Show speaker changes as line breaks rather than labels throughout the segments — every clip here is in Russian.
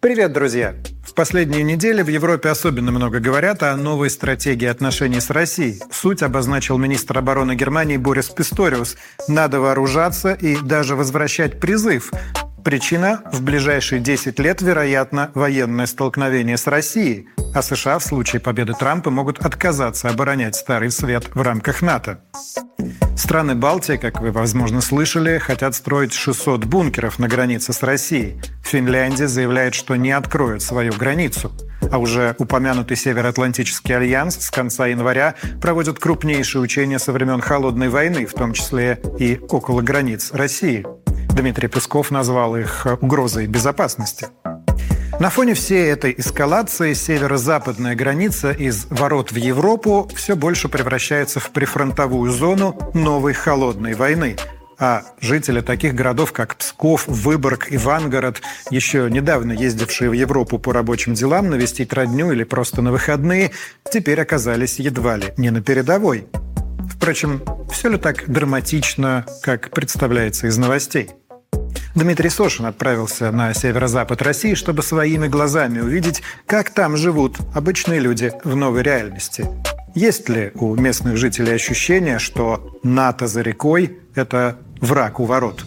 Привет, друзья! В последние недели в Европе особенно много говорят о новой стратегии отношений с Россией. Суть обозначил министр обороны Германии Борис Писториус. Надо вооружаться и даже возвращать призыв. Причина – в ближайшие 10 лет, вероятно, военное столкновение с Россией. А США в случае победы Трампа могут отказаться оборонять Старый Свет в рамках НАТО. Страны Балтии, как вы, возможно, слышали, хотят строить 600 бункеров на границе с Россией. Финляндия заявляет, что не откроет свою границу. А уже упомянутый Североатлантический альянс с конца января проводит крупнейшие учения со времен Холодной войны, в том числе и около границ России. Дмитрий Песков назвал их угрозой безопасности. На фоне всей этой эскалации северо-западная граница из ворот в Европу все больше превращается в прифронтовую зону новой холодной войны. А жители таких городов, как Псков, Выборг, Ивангород, еще недавно ездившие в Европу по рабочим делам, навестить родню или просто на выходные, теперь оказались едва ли не на передовой. Впрочем, все ли так драматично, как представляется из новостей? Дмитрий Сошин отправился на северо-запад России, чтобы своими глазами увидеть, как там живут обычные люди в новой реальности. Есть ли у местных жителей ощущение, что НАТО за рекой – это враг у ворот?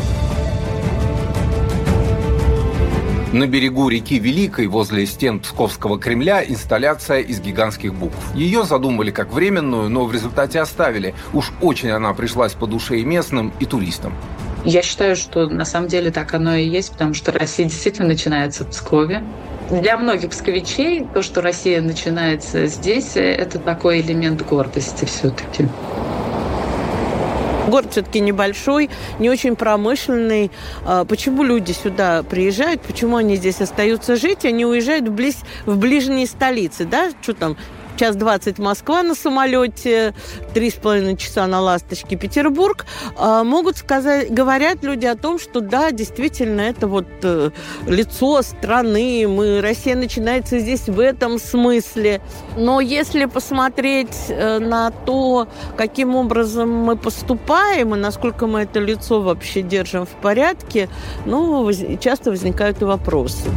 На берегу реки Великой, возле стен Псковского Кремля, инсталляция из гигантских букв. Ее задумали как временную, но в результате оставили. Уж очень она пришлась по душе и местным, и туристам.
Я считаю, что на самом деле так оно и есть, потому что Россия действительно начинается в Пскове. Для многих псковичей то, что Россия начинается здесь, это такой элемент гордости все-таки.
Город все-таки небольшой, не очень промышленный. Почему люди сюда приезжают, почему они здесь остаются жить, они уезжают в ближние столицы, да, что там, 1:20 Москва на самолете, 3,5 часа на «Ласточке» Петербург. Могут сказать, говорят люди о том, что да, действительно, это вот лицо страны, Россия начинается здесь в этом смысле. Но если посмотреть на то, каким образом мы поступаем и насколько мы это лицо вообще держим в порядке, часто возникают и вопросы.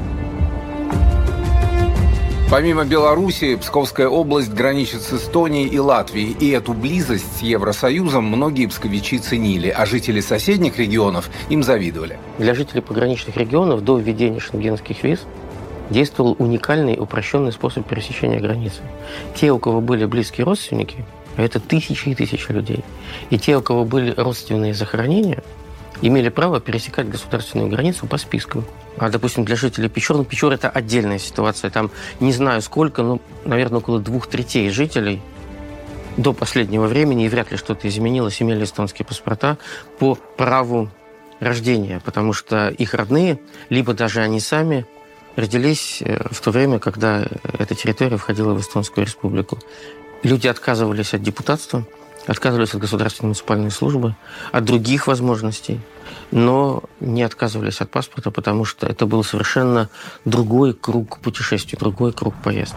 Помимо Беларуси, Псковская область граничит с Эстонией и Латвией, и эту близость с Евросоюзом многие псковичи ценили, а жители соседних регионов им завидовали.
Для жителей пограничных регионов до введения шенгенских виз действовал уникальный упрощенный способ пересечения границы. Те, у кого были близкие родственники, это тысячи и тысячи людей, и те, у кого были родственные захоронения, имели право пересекать государственную границу по спискам. А, допустим, для жителей Печор, Печор – это отдельная ситуация. Там не знаю сколько, наверное, около 2/3 жителей до последнего времени, и вряд ли что-то изменилось, имели эстонские паспорта по праву рождения, потому что их родные, либо даже они сами родились в то время, когда эта территория входила в Эстонскую республику. Люди отказывались от депутатства, отказывались от государственной муниципальной службы, от других возможностей, но не отказывались от паспорта, потому что это был совершенно другой круг путешествий, другой круг поездок.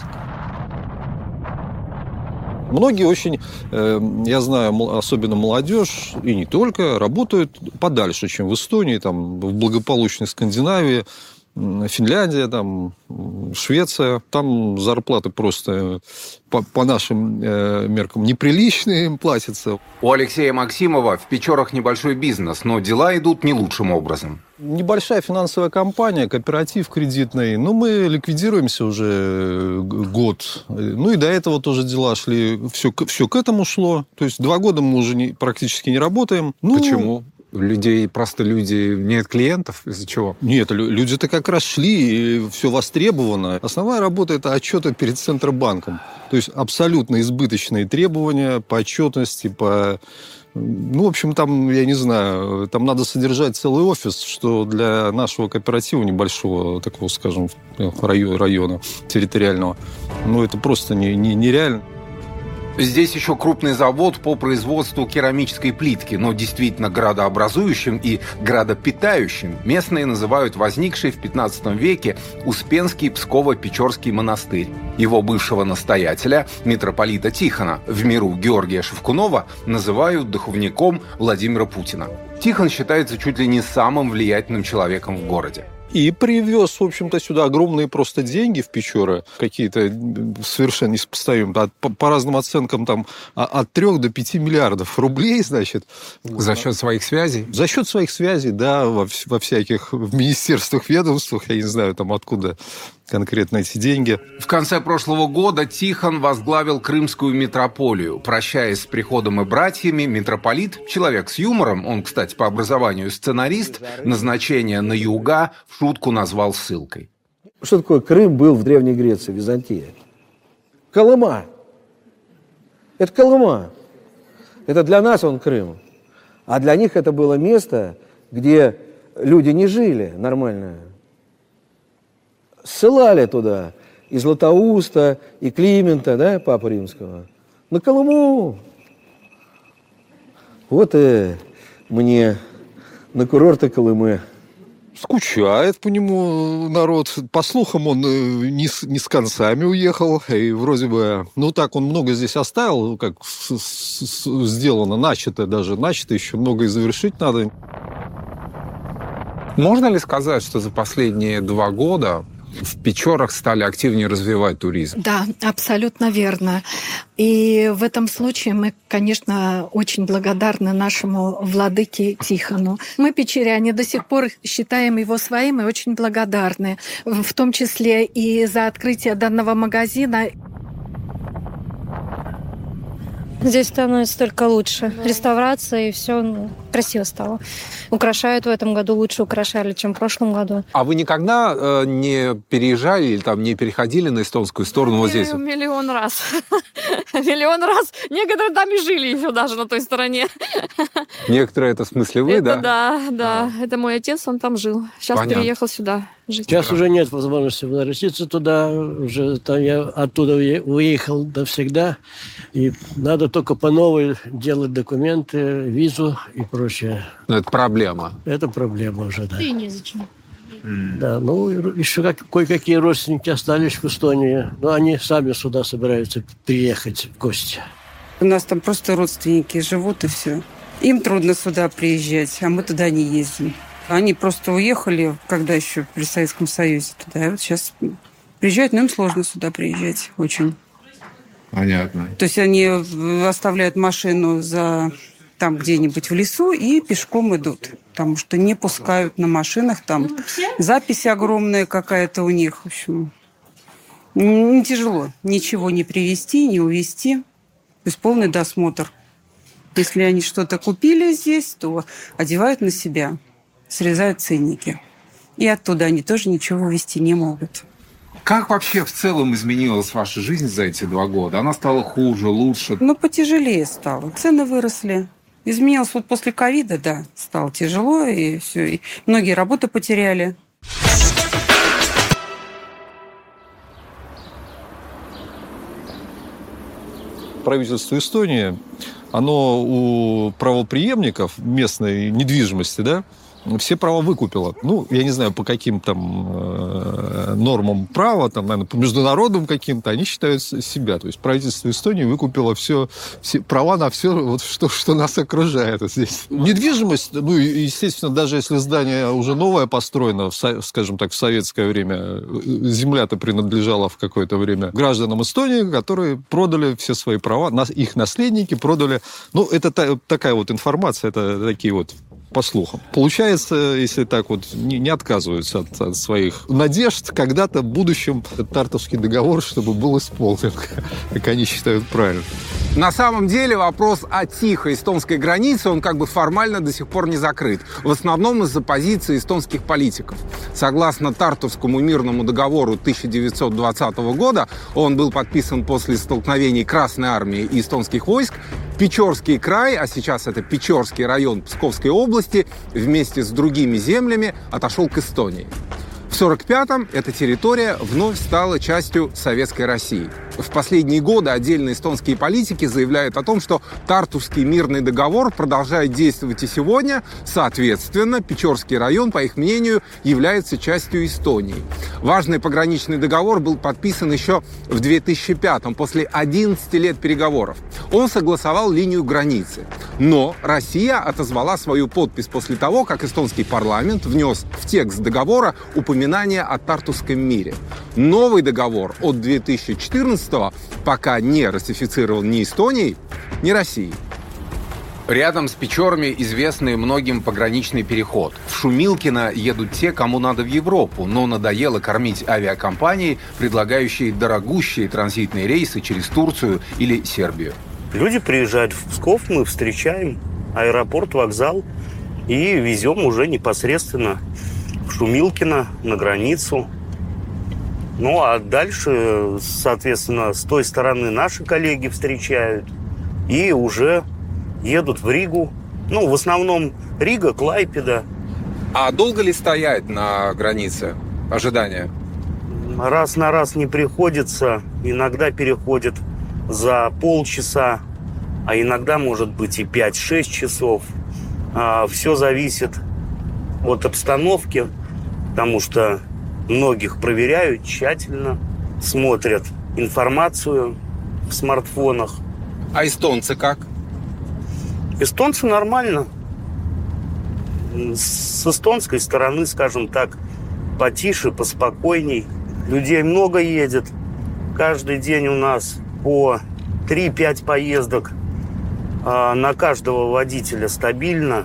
Многие очень, я знаю, особенно молодежь, и не только, работают подальше, чем в Эстонии, там, в благополучной Скандинавии, Финляндия, там, Швеция. Там зарплаты просто по нашим меркам неприличные им платятся.
У Алексея Максимова в Печорах небольшой бизнес, но дела идут не лучшим образом.
Небольшая финансовая компания, кооператив кредитный. Мы ликвидируемся уже год. И до этого тоже дела шли. Все к этому шло. То есть 2 года мы уже практически не работаем.
Почему? Просто люди нет клиентов? Из-за чего?
Нет, люди-то как раз шли, и все востребовано. Основная работа – это отчеты перед Центробанком. То есть абсолютно избыточные требования по отчетности, в общем, там, я не знаю, там надо содержать целый офис, что для нашего кооператива небольшого, такого, скажем, района территориального, это просто нереально.
Здесь еще крупный завод по производству керамической плитки, но действительно градообразующим и градопитающим местные называют возникший в 15 веке Успенский Псково-Печорский монастырь. Его бывшего настоятеля, митрополита Тихона, в миру Георгия Шевкунова, называют духовником Владимира Путина. Тихон считается чуть ли не самым влиятельным человеком в городе.
И привез, в общем-то, сюда огромные просто деньги в Печоры, какие-то совершенно несопоставимые. По разным оценкам там от 3 до 5 миллиардов рублей, значит.
За счет своих связей?
За счет своих связей, да, во всяких в министерствах, ведомствах, я не знаю, там откуда конкретно эти деньги.
В конце прошлого года Тихон возглавил Крымскую митрополию. Прощаясь с приходом и братьями, митрополит, человек с юмором, он, кстати, по образованию сценарист, назначение на юга в шутку назвал ссылкой.
Что такое Крым был в Древней Греции, Византия? Колыма. Это Колыма. Это для нас он Крым. А для них это было место, где люди не жили нормально. Ссылали туда и Златоуста, и Климента, да, Папу Римского, на Колыму. Вот и мне на курорты Колымы.
Скучает по нему народ. По слухам, он не с концами уехал. И вроде бы, ну так, он много здесь оставил, как сделано, начато еще много и завершить надо.
Можно ли сказать, что за последние 2 года в Печорах стали активнее развивать туризм?
Да, абсолютно верно. И в этом случае мы, конечно, очень благодарны нашему владыке Тихону. Мы, печоряне, до сих пор считаем его своим и очень благодарны. В том числе и за открытие данного магазина.
Здесь становится только лучше. Реставрация и все красиво стало. Украшают в этом году, лучше украшали, чем в прошлом году.
А вы никогда не переезжали или там не переходили на эстонскую сторону вот здесь?
Миллион раз. Миллион раз. Некоторые там и жили еще даже на той стороне.
Некоторые это в смысле вы, да?
Да. Это мой отец, он там жил. Сейчас переехал сюда жить.
Сейчас уже нет возможности возвратиться туда. Уже там я оттуда уехал навсегда. И надо только по новой делать документы, визу и прочее.
Но это проблема.
Это проблема уже, да.
И незачем.
Да, ну, еще кое-какие родственники остались в Эстонии. Но они сами сюда собираются приехать в гости.
У нас там просто родственники живут, и все. Им трудно сюда приезжать, а мы туда не ездим. Они просто уехали, когда еще при Советском Союзе туда. И вот сейчас приезжают, но им сложно сюда приезжать очень.
Понятно.
То есть они оставляют машину там где-нибудь в лесу и пешком идут. Потому что не пускают на машинах. Там запись огромная какая-то у них. В общем, не тяжело ничего не привезти, не увезти. То есть полный досмотр. Если они что-то купили здесь, то одевают на себя, срезают ценники. И оттуда они тоже ничего увезти не могут.
Как вообще в целом изменилась ваша жизнь за эти 2 года? Она стала хуже, лучше?
Потяжелее стало. Цены выросли. Изменилось вот после ковида, да, стало тяжело, и все. И многие работу потеряли.
Правительство Эстонии, оно у правопреемников местной недвижимости, да, все права выкупило. Я не знаю, по каким там нормам права, там, наверное, по международным каким-то, они считают себя. То есть правительство Эстонии выкупило все права на все, вот, что нас окружает здесь. Недвижимость, естественно, даже если здание уже новое построено, скажем так, в советское время, земля-то принадлежала в какое-то время гражданам Эстонии, которые продали все свои права, их наследники продали. Это такая вот информация, это такие вот по слухам. Получается, если так вот, не отказываются от своих надежд, когда-то в будущем этот Тартовский договор, чтобы был исполнен, как они считают правильно.
На самом деле вопрос о тихо-эстонской границе, он как бы формально до сих пор не закрыт. В основном из-за позиции эстонских политиков. Согласно Тартовскому мирному договору 1920 года, он был подписан после столкновений Красной армии и эстонских войск, Печорский край, а сейчас это Печорский район Псковской области, вместе с другими землями отошел к Эстонии. В 1945-м эта территория вновь стала частью Советской России.
В последние годы отдельные эстонские политики заявляют о том, что Тартусский мирный договор продолжает действовать и сегодня. Соответственно, Печорский район, по их мнению, является частью Эстонии. Важный пограничный договор был подписан еще в 2005-м, после 11 лет переговоров. Он согласовал линию границы. Но Россия отозвала свою подпись после того, как эстонский парламент внес в текст договора упоминание о Тартусском мире. Новый договор от 2014-го пока не ратифицирован ни Эстонией, ни Россией.
Рядом с Печорами известный многим пограничный переход. В Шумилкино едут те, кому надо в Европу, но надоело кормить авиакомпании, предлагающие дорогущие транзитные рейсы через Турцию или Сербию.
Люди приезжают в Псков, мы встречаем, аэропорт, вокзал, и везем уже непосредственно в Шумилкино, на границу. Ну, а дальше, соответственно, с той стороны наши коллеги встречают и уже едут в Ригу. Ну, в основном Рига, Клайпеда.
А долго ли стоять на границе ожидания?
Раз на раз не приходится. Иногда переходит за полчаса, а иногда, может быть, и 5-6 часов. Все зависит от обстановки, потому что многих проверяют тщательно, смотрят информацию в смартфонах.
А эстонцы как?
Эстонцы нормально. С эстонской стороны, скажем так, потише, поспокойней. Людей много едет. Каждый день у нас по 3-5 поездок. На каждого водителя стабильно.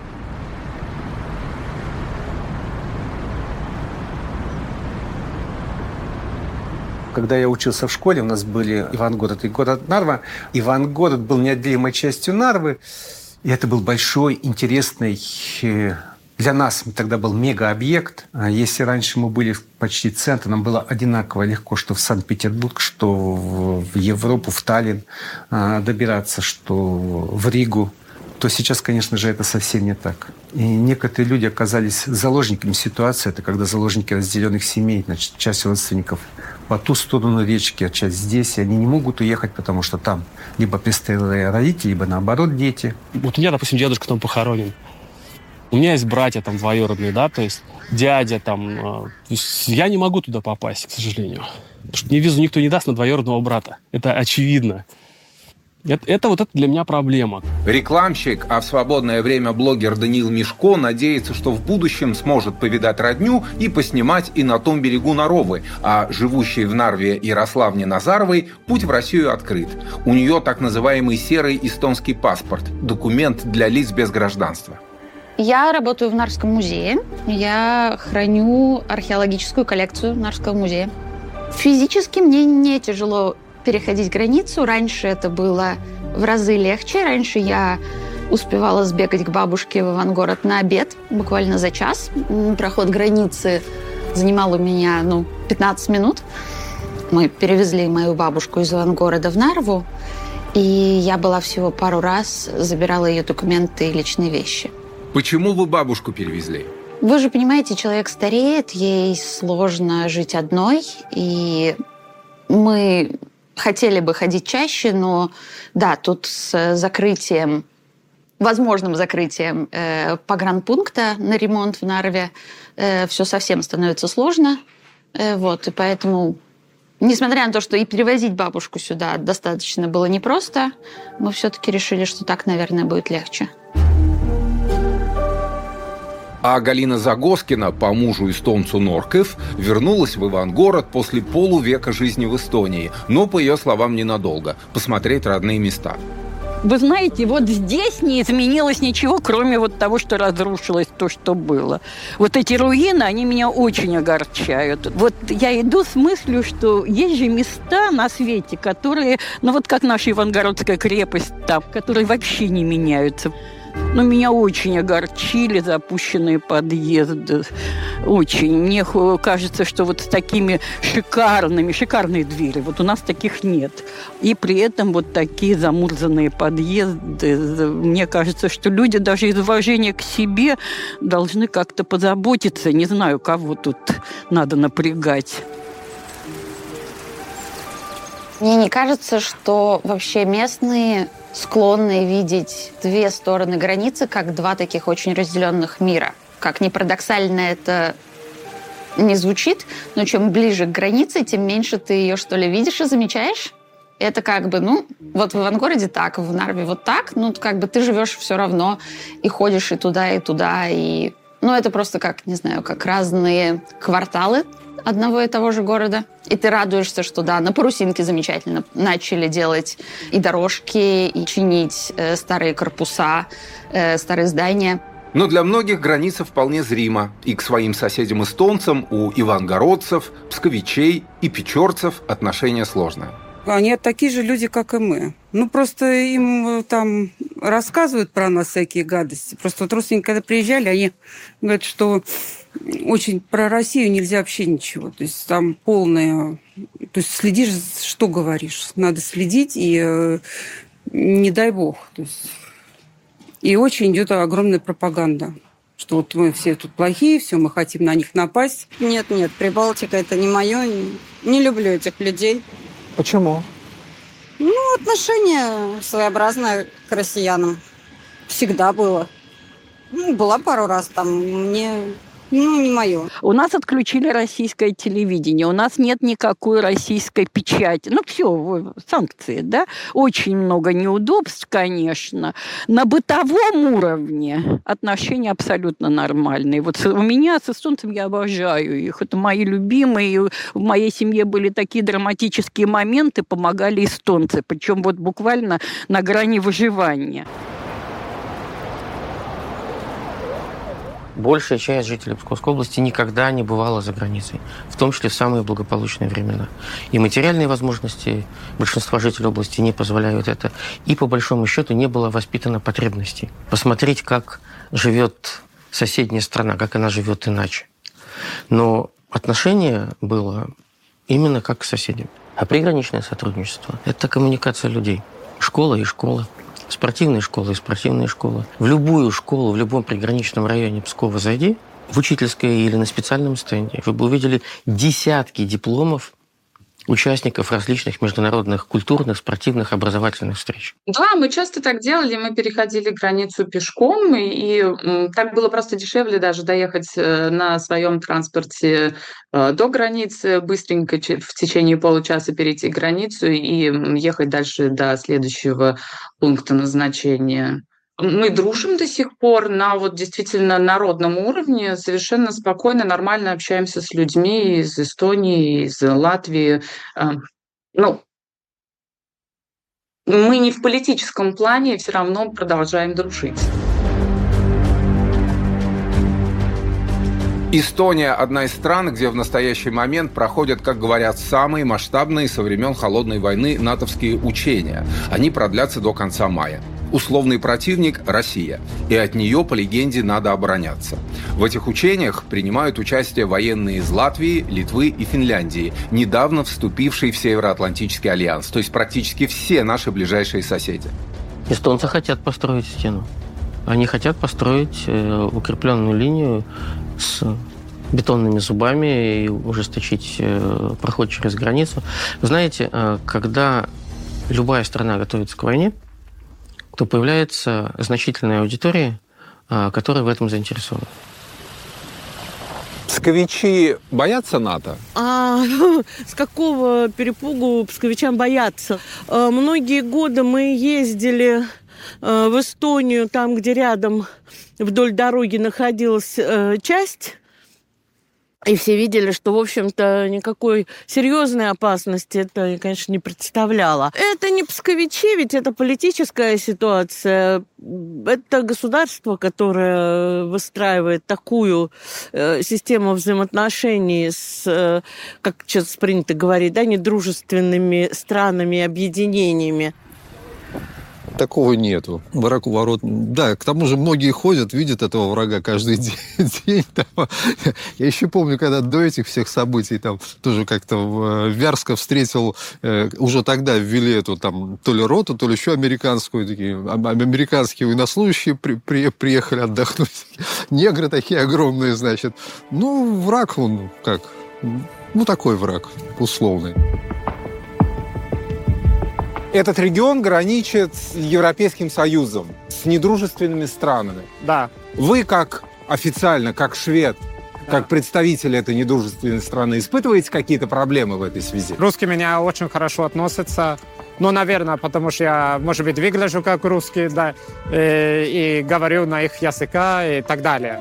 Когда я учился в школе, у нас были Ивангород и город Нарва. Ивангород был неотделимой частью Нарвы. И это был большой, интересный... Для нас тогда был мегаобъект. Если раньше мы были почти в центре, нам было одинаково легко, что в Санкт-Петербург, что в Европу, в Таллин добираться, что в Ригу, то сейчас, конечно же, это совсем не так. И некоторые люди оказались заложниками ситуации. Это когда заложники разделенных семей, значит, часть родственников по ту сторону речки, а часть здесь. И они не могут уехать, потому что там либо престарелые родители, либо, наоборот, дети.
Вот у меня, допустим, дедушка там похоронен. У меня есть братья там двоюродные, да, то есть дядя там. То есть я не могу туда попасть, к сожалению. Потому что мне визу никто не даст на двоюродного брата. Это очевидно. Это для меня проблема.
Рекламщик, а в свободное время блогер Даниил Мишко надеется, что в будущем сможет повидать родню и поснимать и на том берегу Наровы, а живущей в Нарве Ярославне Назаровой путь в Россию открыт. У нее так называемый серый эстонский паспорт – документ для лиц без гражданства.
Я работаю в Нарвском музее. Я храню археологическую коллекцию Нарвского музея. Физически мне не тяжело переходить границу. Раньше это было в разы легче. Раньше я успевала сбегать к бабушке в Ивангород на обед, буквально за час. Проход границы занимал у меня 15 минут. Мы перевезли мою бабушку из Ивангорода в Нарву, и я была всего пару раз, забирала ее документы и личные вещи.
Почему вы бабушку перевезли?
Вы же понимаете, человек стареет, ей сложно жить одной, и мы хотели бы ходить чаще, но да, тут с закрытием, возможным закрытием погранпункта на ремонт в Нарве все совсем становится сложно. И поэтому, несмотря на то, что и перевозить бабушку сюда достаточно было непросто, мы все-таки решили, что так, наверное, будет легче.
А Галина Загоскина, по мужу эстонцу Норкев, вернулась в Ивангород после полувека жизни в Эстонии, но, по ее словам, ненадолго, посмотреть родные места.
Вы знаете, вот здесь не изменилось ничего, кроме вот того, что разрушилось то, что было. Вот эти руины, они меня очень огорчают. Вот я иду с мыслью, что есть же места на свете, которые, как наша Ивангородская крепость там, которые вообще не меняются. Но меня очень огорчили запущенные подъезды. Очень. Мне кажется, что вот с такими шикарные двери, вот у нас таких нет. И при этом вот такие замурзанные подъезды. Мне кажется, что люди даже из уважения к себе должны как-то позаботиться. Не знаю, кого тут надо напрягать.
Мне не кажется, что вообще местные склонны видеть две стороны границы как два таких очень разделенных мира. Как ни парадоксально это не звучит, но чем ближе к границе, тем меньше ты ее, что ли, видишь и замечаешь. Это как бы, вот в Ивангороде так, в Нарве вот так, как бы ты живешь все равно и ходишь и туда, и... это просто как, не знаю, как разные кварталы одного и того же города. И ты радуешься, что да, на Парусинке замечательно начали делать и дорожки, и чинить старые корпуса, старые здания.
Но для многих граница вполне зрима. И к своим соседям-эстонцам у ивангородцев, псковичей и печорцев отношение сложное.
Они такие же люди, как и мы. Просто им там рассказывают про нас всякие гадости. Просто вот родственники, когда приезжали, они говорят, что очень про Россию нельзя вообще ничего. То есть там полное... То есть следишь, что говоришь. Надо следить, и не дай бог. То есть... И очень идет огромная пропаганда. Что вот мы все тут плохие, все, мы хотим на них напасть.
Нет, Прибалтика это не мое. Не люблю этих людей.
Почему?
Отношение своеобразное к россиянам. Всегда было. Была пару раз там. Мне, не мое.
У нас отключили российское телевидение, у нас нет никакой российской печати. Все, санкции, да? Очень много неудобств, конечно. На бытовом уровне отношения абсолютно нормальные. Вот у меня с эстонцами я обожаю их. Это мои любимые. В моей семье были такие драматические моменты, помогали эстонцы. Причем вот буквально на грани выживания.
Большая часть жителей Псковской области никогда не бывала за границей, в том числе в самые благополучные времена. И материальные возможности большинства жителей области не позволяют это. И, по большому счету, не было воспитано потребностей. Посмотреть, как живет соседняя страна, как она живет иначе. Но отношение было именно как к соседям. А приграничное сотрудничество – это коммуникация людей. Школа и школа. Спортивные школы и спортивные школы. В любую школу, в любом приграничном районе Пскова зайди, в учительской или на специальном стенде, вы бы увидели десятки дипломов участников различных международных культурных, спортивных, образовательных встреч.
Да, мы часто так делали, мы переходили границу пешком, и так было просто дешевле даже доехать на своем транспорте до границы, быстренько в течение получаса перейти границу и ехать дальше до следующего пункта назначения. Мы дружим до сих пор на действительно народном уровне, совершенно спокойно, нормально общаемся с людьми из Эстонии, из Латвии. Мы не в политическом плане, все равно продолжаем дружить.
Эстония – одна из стран, где в настоящий момент проходят, как говорят, самые масштабные со времен Холодной войны натовские учения. Они продлятся до конца мая. Условный противник – Россия, и от нее, по легенде, надо обороняться. В этих учениях принимают участие военные из Латвии, Литвы и Финляндии, недавно вступившие в Североатлантический альянс, то есть практически все наши ближайшие соседи.
Эстонцы хотят построить стену. Они хотят построить укрепленную линию с бетонными зубами и ужесточить проход через границу. Вы знаете, когда любая страна готовится к войне, то появляется значительная аудитория, которая в этом заинтересована.
Псковичи боятся НАТО?
С какого перепугу псковичам бояться? Многие годы мы ездили в Эстонию, там, где рядом вдоль дороги находилась часть, и все видели, что, в общем-то, никакой серьезной опасности это, конечно, не представляло. Это не псковичи, ведь это политическая ситуация. Это государство, которое выстраивает такую систему взаимоотношений с, как сейчас принято говорить, недружественными странами, объединениями.
Такого нету. Враг у ворот. Да, к тому же многие ходят, видят этого врага каждый день. Я еще помню, когда до этих всех событий там тоже как-то в Вярске встретил, уже тогда ввели эту там то ли роту, то ли еще американскую, такие американские военнослужащие приехали отдохнуть. Негры такие огромные, значит. Враг он как? Такой враг условный.
Этот регион граничит с Европейским Союзом, с недружественными странами.
Да.
Вы как официально, как швед, как представитель этой недружественной страны, испытываете какие-то проблемы в этой связи?
Русские меня очень хорошо относятся. Ну, наверное, потому что я, может быть, выгляжу как русский, да, и говорю на их языке и так далее.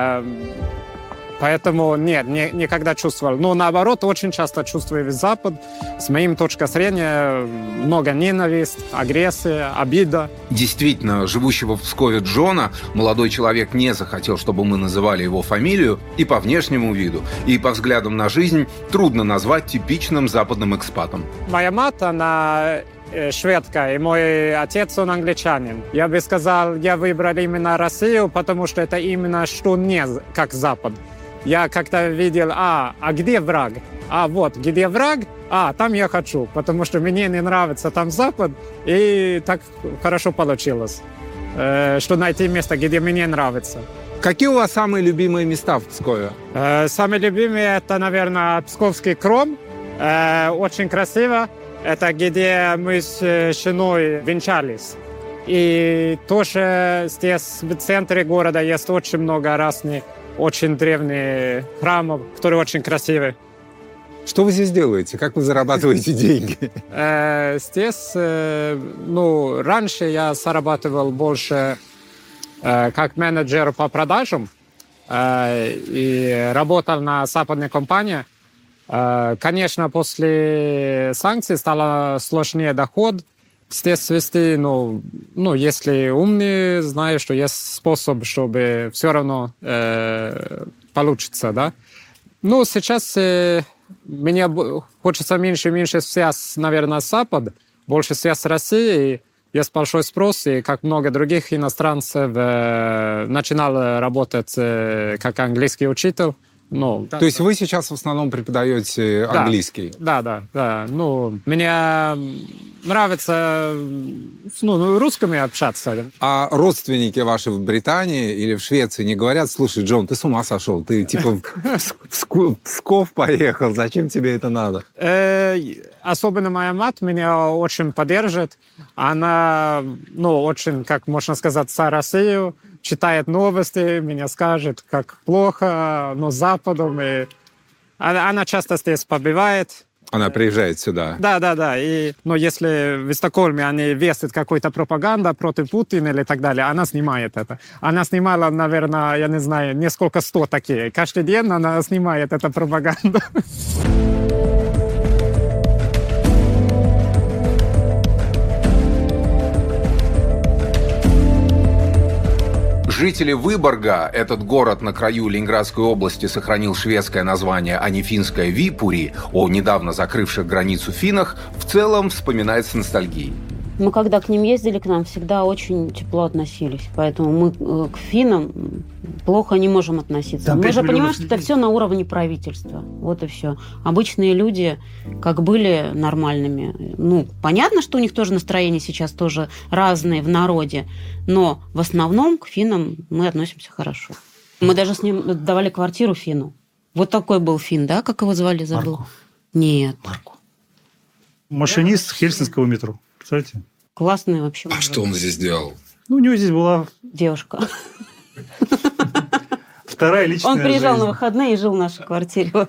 Поэтому нет, никогда чувствовал. Но наоборот, очень часто чувствую весь Запад. С моей точки зрения, много ненависти, агрессии, обида.
Действительно, живущего в Пскове Джона молодой человек не захотел, чтобы мы называли его фамилию, и по внешнему виду, и по взглядам на жизнь трудно назвать типичным западным экспатом.
Моя мать, она шведка, и мой отец, он англичанин. Я бы сказал, я выбрал именно Россию, потому что это именно что не как Запад. Я как-то видел, где враг? Вот, где враг? Там я хочу, потому что мне не нравится там Запад, и так хорошо получилось, что найти место, где мне нравится.
Какие у вас самые любимые места в Пскове?
Самые любимые, это, наверное, Псковский Кром. Очень красиво. Это где мы с женой венчались. И тоже здесь в центре города есть очень много разных очень древние храмы, которые очень красивые.
Что вы здесь делаете? Как вы зарабатываете деньги?
Здесь, раньше я зарабатывал больше как менеджер по продажам и работал на западной компании. Конечно, после санкций стало сложнее доход. Здесь вести, если умный, знаю, что есть способ, чтобы все равно получится, да. Сейчас мне хочется меньше и меньше связь, наверное, с Западом, больше связь с Россией. Есть большой спрос, и как много других иностранцев начинал работать как английский учитель.
То есть вы сейчас в основном преподаете английский?
Да. Мне нравится русскими общаться.
А родственники ваши в Британии или в Швеции не говорят: слушай, Джон, ты с ума сошел, ты типа в Псков поехал, зачем тебе это надо?
Особенно моя мать меня очень поддержит. Она, очень, как можно сказать, за Россию. Читает новости, меня скажет, как плохо, с Западом. И она часто здесь побывает.
Она приезжает сюда.
Да. И, если в Стокгольме они весят какую-то пропаганду против Путина или так далее, она снимает это. Она снимала, наверное, я не знаю, несколько 100 такие. Каждый день она снимает эту пропаганду.
Жители Выборга, этот город на краю Ленинградской области сохранил шведское название, а не финское Випури, о недавно закрывших границу финнах, в целом вспоминает с ностальгией.
Мы когда к ним ездили, к нам всегда очень тепло относились. Поэтому мы к финнам плохо не можем относиться. Мы же понимаем, что это все на уровне правительства. Вот и все. Обычные люди как были нормальными. Понятно, что у них тоже настроения сейчас тоже разные в народе. Но в основном к финнам мы относимся хорошо. Мы даже с ним давали квартиру финну. Вот такой был фин, да? Как его звали? Забыл.
Марко.
Нет.
Марко. Машинист Хельсинского метро. Представляете?
Классный вообще.
А что он здесь делал?
У него здесь была...
Девушка.
Вторая личная жизнь.
Он приезжал на выходные и жил в нашей квартире.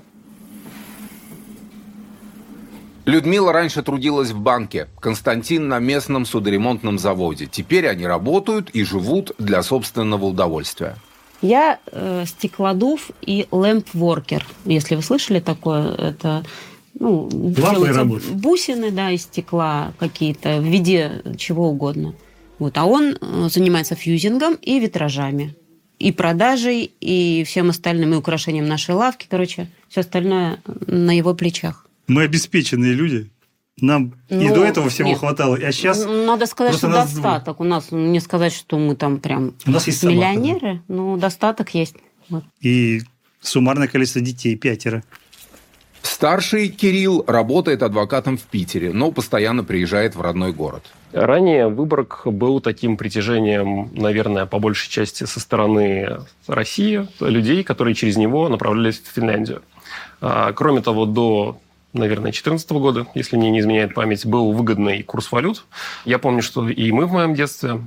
Людмила раньше трудилась в банке, Константин на местном судоремонтном заводе. Теперь они работают и живут для собственного удовольствия.
Я стеклодув и лэмпворкер. Если вы слышали такое, это... делаются бусины, из стекла какие-то, в виде чего угодно. А он занимается фьюзингом и витражами. И продажей, и всем остальным, и украшением нашей лавки. Все остальное на его плечах.
Мы обеспеченные люди. Нам и до этого всего хватало. А сейчас...
Надо сказать, что достаток. У нас, не сказать, что мы там прям
у нас есть
миллионеры, но достаток есть.
И суммарное количество детей 5.
Старший Кирилл работает адвокатом в Питере, но постоянно приезжает в родной город.
Ранее Выборг был таким притяжением, наверное, по большей части со стороны России, людей, которые через него направлялись в Финляндию. Кроме того, до наверное, 2014 года, если мне не изменяет память, был выгодный курс валют. Я помню, что и мы в моем детстве,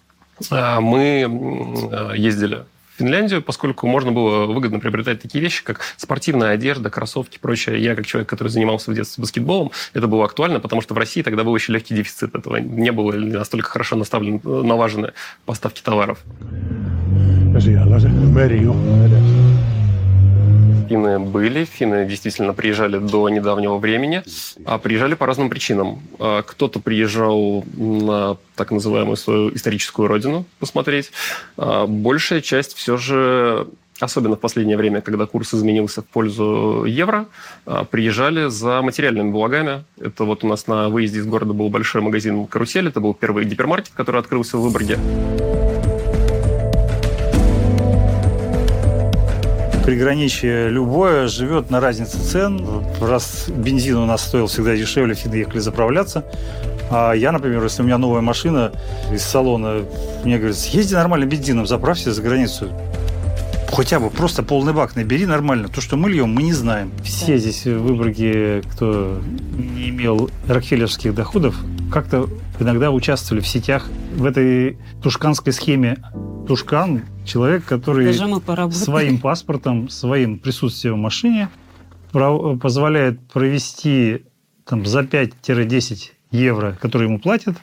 мы ездили в Финляндию, поскольку можно было выгодно приобретать такие вещи, как спортивная одежда, кроссовки и прочее. Я, как человек, который занимался в детстве баскетболом, это было актуально, потому что в России тогда был еще легкий дефицит этого. Не было настолько хорошо налажены поставки товаров. Финны были, финны действительно приезжали до недавнего времени, а приезжали по разным причинам. Кто-то приезжал на так называемую свою историческую родину посмотреть. Большая часть все же, особенно в последнее время, когда курс изменился в пользу евро, приезжали за материальными благами. Это вот у нас на выезде из города был большой магазин «Карусель», это был первый гипермаркет, который открылся в Выборге.
Приграничье любое живет на разнице цен. Раз бензин у нас стоил всегда дешевле, финны ехали заправляться. А я, например, если у меня новая машина из салона, мне говорят, съезди нормально бензином, заправься за границу. Хотя бы просто полный бак набери нормально. То, что мы льем, мы не знаем. Все здесь в Выборге, кто не имел рокфеллеровских доходов, как-то иногда участвовали в сетях в этой тушканской схеме. Тушкан – человек, который своим паспортом, своим присутствием в машине позволяет провести там, за 5-10 евро, которые ему платят,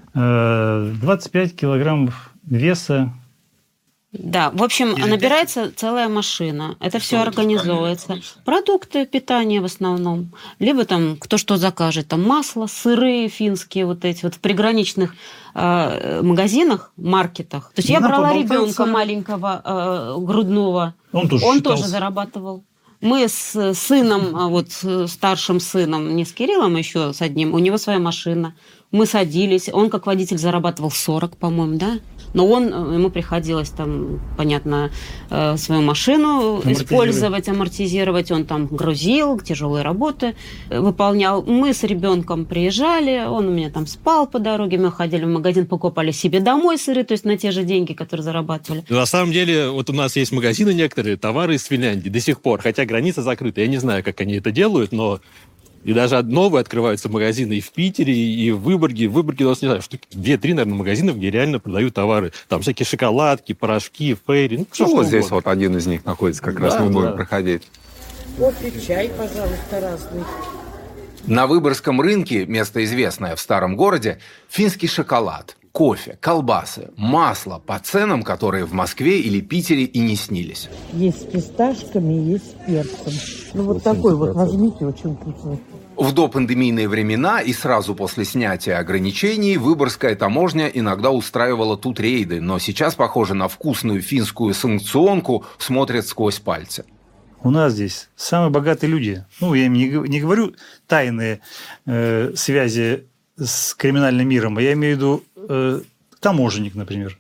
25 килограммов веса.
Да, в общем, набирается целая машина. Это все организовывается. Продукты питания в основном. Либо там кто что закажет. Там масло, сыры финские вот эти вот в приграничных магазинах, маркетах. То есть я брала ребенка маленького, грудного. Он тоже зарабатывал. Мы с сыном, вот старшим сыном, не с Кириллом еще, с одним, у него своя машина. Мы садились, он как водитель зарабатывал 40, по-моему, да? Но ему приходилось там, понятно, свою машину использовать, амортизировать. Он там грузил, тяжелые работы выполнял. Мы с ребенком приезжали, он у меня там спал по дороге, мы ходили в магазин, покупали себе домой сыры, то есть на те же деньги, которые зарабатывали.
На самом деле, вот у нас есть магазины некоторые, товары из Финляндии до сих пор, хотя граница закрыта. Я не знаю, как они это делают, но... И даже новые открываются магазины и в Питере, и в Выборге. В Выборге у нас, не знаю, штуки 2-3, наверное, магазина, где реально продают товары. Там всякие шоколадки, порошки, фейри.
Вот здесь вот один из них находится, как раз мы будем проходить.
Кофе, чай, пожалуйста, разный.
На Выборгском рынке, место известное в старом городе, финский шоколад, кофе, колбасы, масло по ценам, которые в Москве или Питере и не снились.
Есть с фисташками, есть с перцем. Ну вот такой вот возьмите, очень вкусный.
В допандемийные времена и сразу после снятия ограничений Выборгская таможня иногда устраивала тут рейды, но сейчас, похоже, на вкусную финскую санкционку смотрят сквозь пальцы.
У нас здесь самые богатые люди. Ну, я им не говорю тайные связи с криминальным миром, а я имею в виду таможенник, например.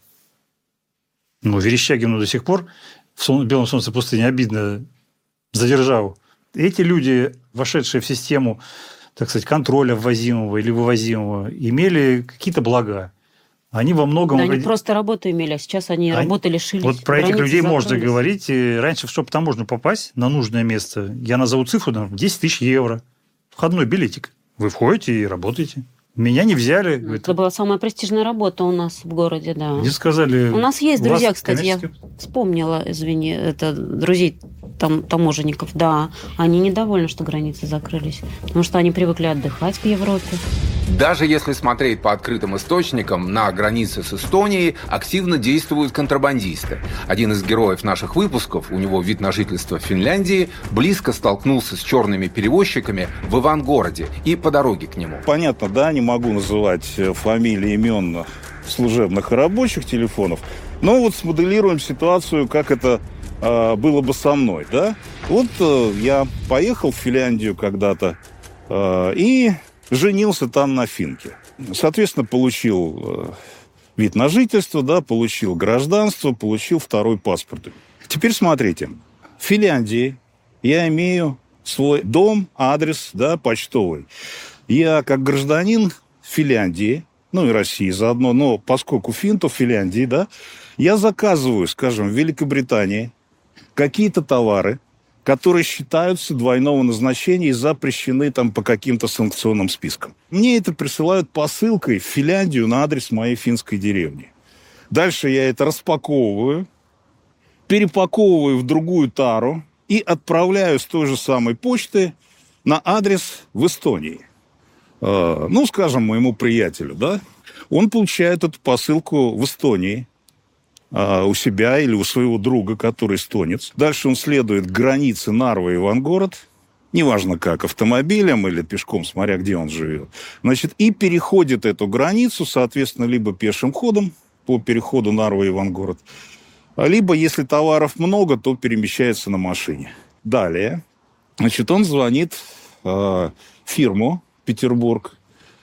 Ну, Верещагину до сих пор в белом солнце пустыни обидно за державу. Эти люди, вошедшие в систему, так сказать, контроля ввозимого или вывозимого, имели какие-то блага. Они во многом...
Да, они просто работу имели, а сейчас они работы лишились.
Вот про этих людей можно говорить. И раньше, чтобы там можно попасть на нужное место, я назову цифру, 10 тысяч евро. Входной билетик. Вы входите и работаете. Меня не взяли. Говорит,
это была самая престижная работа у нас в городе, да.
Мне сказали...
У нас есть друзья, кстати, я вспомнила, извини, это друзей таможенников, да. Они недовольны, что границы закрылись, потому что они привыкли отдыхать в Европе.
Даже если смотреть по открытым источникам, на границе с Эстонией активно действуют контрабандисты. Один из героев наших выпусков, у него вид на жительство в Финляндии, близко столкнулся с черными перевозчиками в Ивангороде и по дороге к нему.
Понятно, да, не могу называть фамилии, имен служебных и рабочих телефонов, но вот смоделируем ситуацию, как это было бы со мной, да? Вот я поехал в Финляндию когда-то и женился там на финке. Соответственно, получил вид на жительство, да, получил гражданство, получил второй паспорт. Теперь смотрите. В Финляндии я имею свой дом, адрес, да, почтовый. Я как гражданин Финляндии, ну и России заодно, но поскольку финтов в Финляндии, да, я заказываю, скажем, в Великобритании какие-то товары, которые считаются двойного назначения и запрещены там по каким-то санкционным спискам. Мне это присылают посылкой в Финляндию на адрес моей финской деревни. Дальше я это распаковываю, перепаковываю в другую тару и отправляю с той же самой почты на адрес в Эстонии. Ну, скажем, моему приятелю, да? Он получает эту посылку в Эстонии, у себя или у своего друга, который эстонец. Дальше он следует к границе Нарва и Ивангород, неважно как, автомобилем или пешком, смотря где он живет. Значит, и переходит эту границу, соответственно, либо пешим ходом по переходу Нарва и Ивангород, либо, если товаров много, то перемещается на машине. Далее, значит, он звонит в фирму Петербург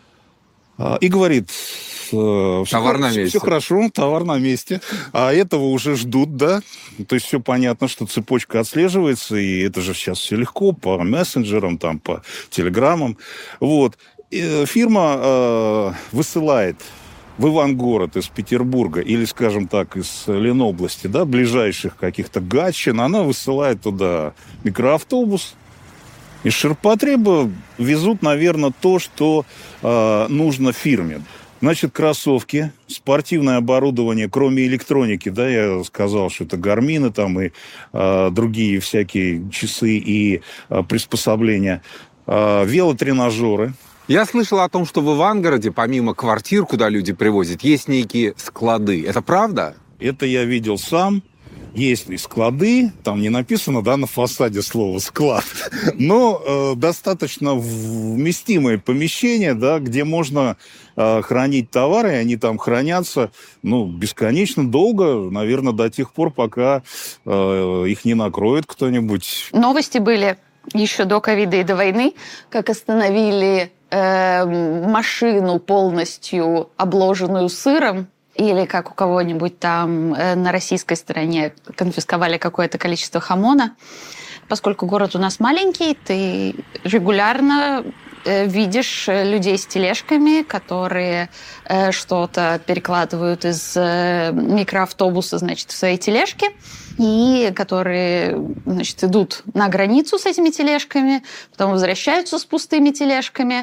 и говорит...
Товар на месте.
Все хорошо, товар на месте. А этого уже ждут, да? То есть все понятно, что цепочка отслеживается, и это же сейчас все легко по мессенджерам, там, по телеграммам. Вот. И фирма высылает в Ивангород из Петербурга или, скажем так, из Ленобласти, да, ближайших каких-то Гатчин, она высылает туда микроавтобус. Из ширпотреба везут, наверное, то, что нужно фирме. Значит, кроссовки, спортивное оборудование, кроме электроники, да, я сказал, что это гармины там и другие всякие часы и приспособления, велотренажеры.
Я слышал о том, что в Ивангороде, помимо квартир, куда люди привозят, есть некие склады. Это правда?
Это я видел сам. Есть и склады, там не написано, да, на фасаде слово «склад», но достаточно вместимое помещение, да, где можно хранить товары, и они там хранятся, ну, бесконечно долго, наверное, до тех пор, пока их не накроет кто-нибудь.
Новости были еще до ковида и до войны, как остановили машину полностью обложенную сыром, или как у кого-нибудь там на российской стороне конфисковали какое-то количество хамона. Поскольку город у нас маленький, ты регулярно видишь людей с тележками, которые что-то перекладывают из микроавтобуса, значит, в свои тележки, и которые, значит, идут на границу с этими тележками, потом возвращаются с пустыми тележками.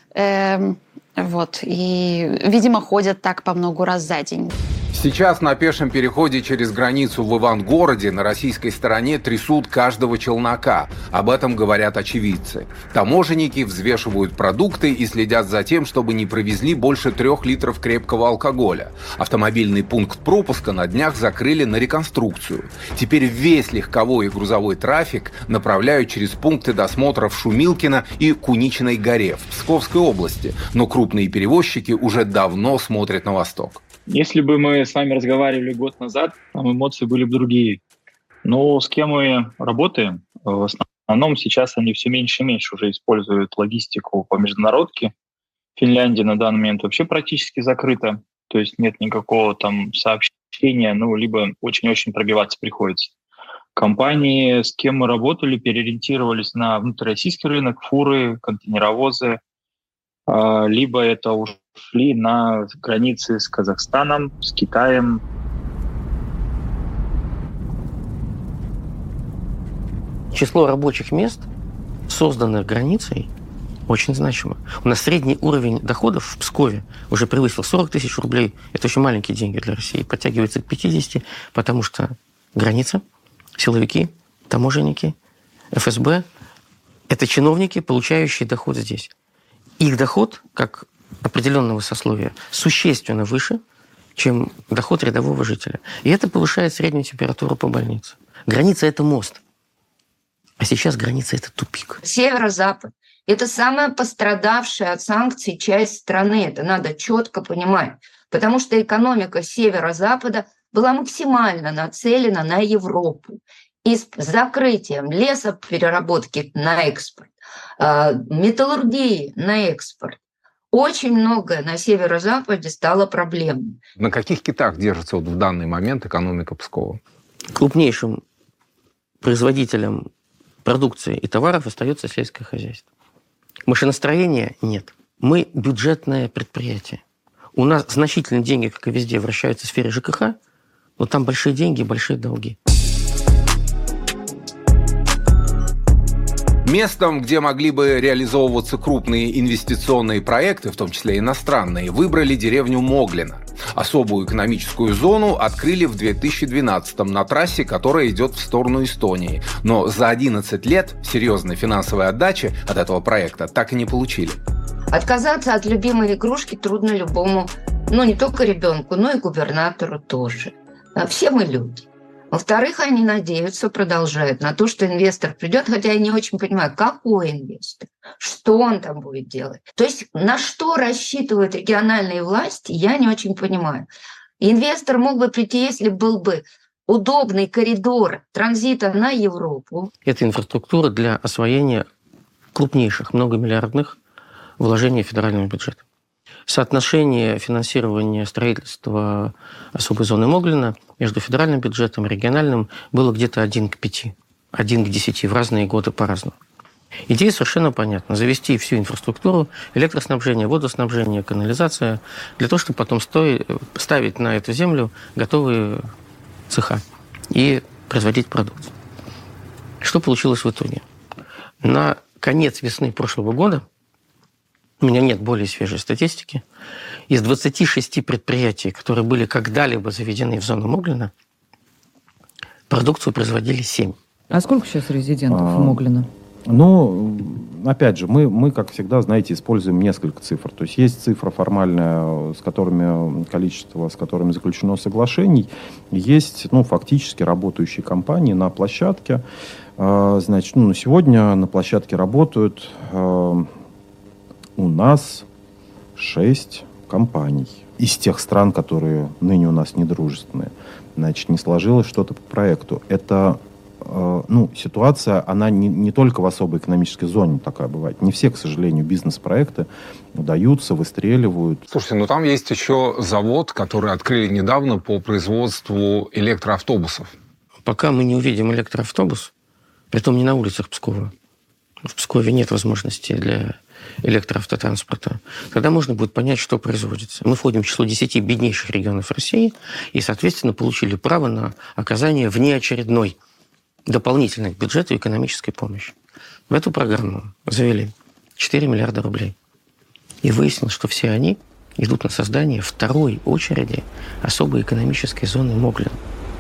Вот. И, видимо, ходят так по много раз за день.
Сейчас на пешем переходе через границу в Ивангороде на российской стороне трясут каждого челнока. Об этом говорят очевидцы. Таможенники взвешивают продукты и следят за тем, чтобы не провезли больше 3 литров крепкого алкоголя. Автомобильный пункт пропуска на днях закрыли на реконструкцию. Теперь весь легковой и грузовой трафик направляют через пункты досмотра в Шумилкино и Куничиной горе в Псковской области. Но крупные перевозчики уже давно смотрят на восток.
Если бы мы с вами разговаривали год назад, там эмоции были бы другие. Но с кем мы работаем, в основном сейчас они все меньше и меньше уже используют логистику по международке. Финляндия на данный момент вообще практически закрыта, то есть нет никакого там сообщения, ну, либо очень-очень пробиваться приходится. Компании, с кем мы работали, переориентировались на внутрироссийский рынок, фуры, контейнеровозы, либо это ушли на границы с Казахстаном, с Китаем.
Число рабочих мест, созданных границей, очень значимо. У нас средний уровень доходов в Пскове уже превысил 40 тысяч рублей. Это очень маленькие деньги для России. Подтягивается к 50, потому что граница, силовики, таможенники, ФСБ – это чиновники, получающие доход здесь. Их доход, как определенного сословия, существенно выше, чем доход рядового жителя. И это повышает среднюю температуру по больнице. Граница – это мост. А сейчас граница – это тупик.
Северо-запад – это самая пострадавшая от санкций часть страны. Это надо четко понимать. Потому что экономика северо-запада была максимально нацелена на Европу. И с закрытием лесопереработки на экспорт, металлургии на экспорт, очень многое на северо-западе стало проблемным.
На каких китах держится вот в данный момент экономика Пскова?
Крупнейшим производителем продукции и товаров остается сельское хозяйство. Машиностроения нет. Мы бюджетное предприятие. У нас значительные деньги, как и везде, вращаются в сфере ЖКХ, но там большие деньги, большие долги.
Местом, где могли бы реализовываться крупные инвестиционные проекты, в том числе иностранные, выбрали деревню Моглино. Особую экономическую зону открыли в 2012-м на трассе, которая идет в сторону Эстонии. Но за 11 лет серьезной финансовой отдачи от этого проекта так и не получили.
Отказаться от любимой игрушки трудно любому, не только ребенку, но и губернатору тоже. Все мы люди. Во-вторых, они надеются, продолжают на то, что инвестор придет, хотя я не очень понимаю, какой инвестор, что он там будет делать. То есть на что рассчитывают региональные власти, я не очень понимаю. Инвестор мог бы прийти, если был бы удобный коридор транзита на Европу.
Это инфраструктура для освоения крупнейших многомиллиардных вложений федерального бюджета. Соотношение финансирования строительства особой зоны Моглино между федеральным бюджетом и региональным было где-то 1 к 5, 1 к 10 в разные годы по-разному. Идея совершенно понятна. Завести всю инфраструктуру, электроснабжение, водоснабжение, канализация, для того, чтобы потом ставить на эту землю готовые цеха и производить продукцию. Что получилось в итоге? На конец весны прошлого года, у меня нет более свежей статистики, из 26 предприятий, которые были когда-либо заведены в зону Моглино, продукцию производили 7.
А сколько сейчас резидентов в Моглино?
Опять же, мы, как всегда, знаете, используем несколько цифр. То есть цифра формальная, количество, с которыми заключено соглашений. Есть, фактически работающие компании на площадке. Значит, на сегодня на площадке работают у нас 6 компаний из тех стран, которые ныне у нас недружественные. Значит, не сложилось что-то по проекту. Это ситуация, она не только в особой экономической зоне такая бывает. Не все, к сожалению, бизнес-проекты удаются, выстреливают.
Слушайте, там есть еще завод, который открыли недавно по производству электроавтобусов.
Пока мы не увидим электроавтобус, притом не на улицах Пскова, в Пскове нет возможности для электроавтотранспорта, тогда можно будет понять, что производится. Мы входим в число 10 беднейших регионов России и, соответственно, получили право на оказание внеочередной дополнительной к бюджету экономической помощи. В эту программу завели 4 миллиарда рублей. И выяснилось, что все они идут на создание второй очереди особой экономической зоны Моглино.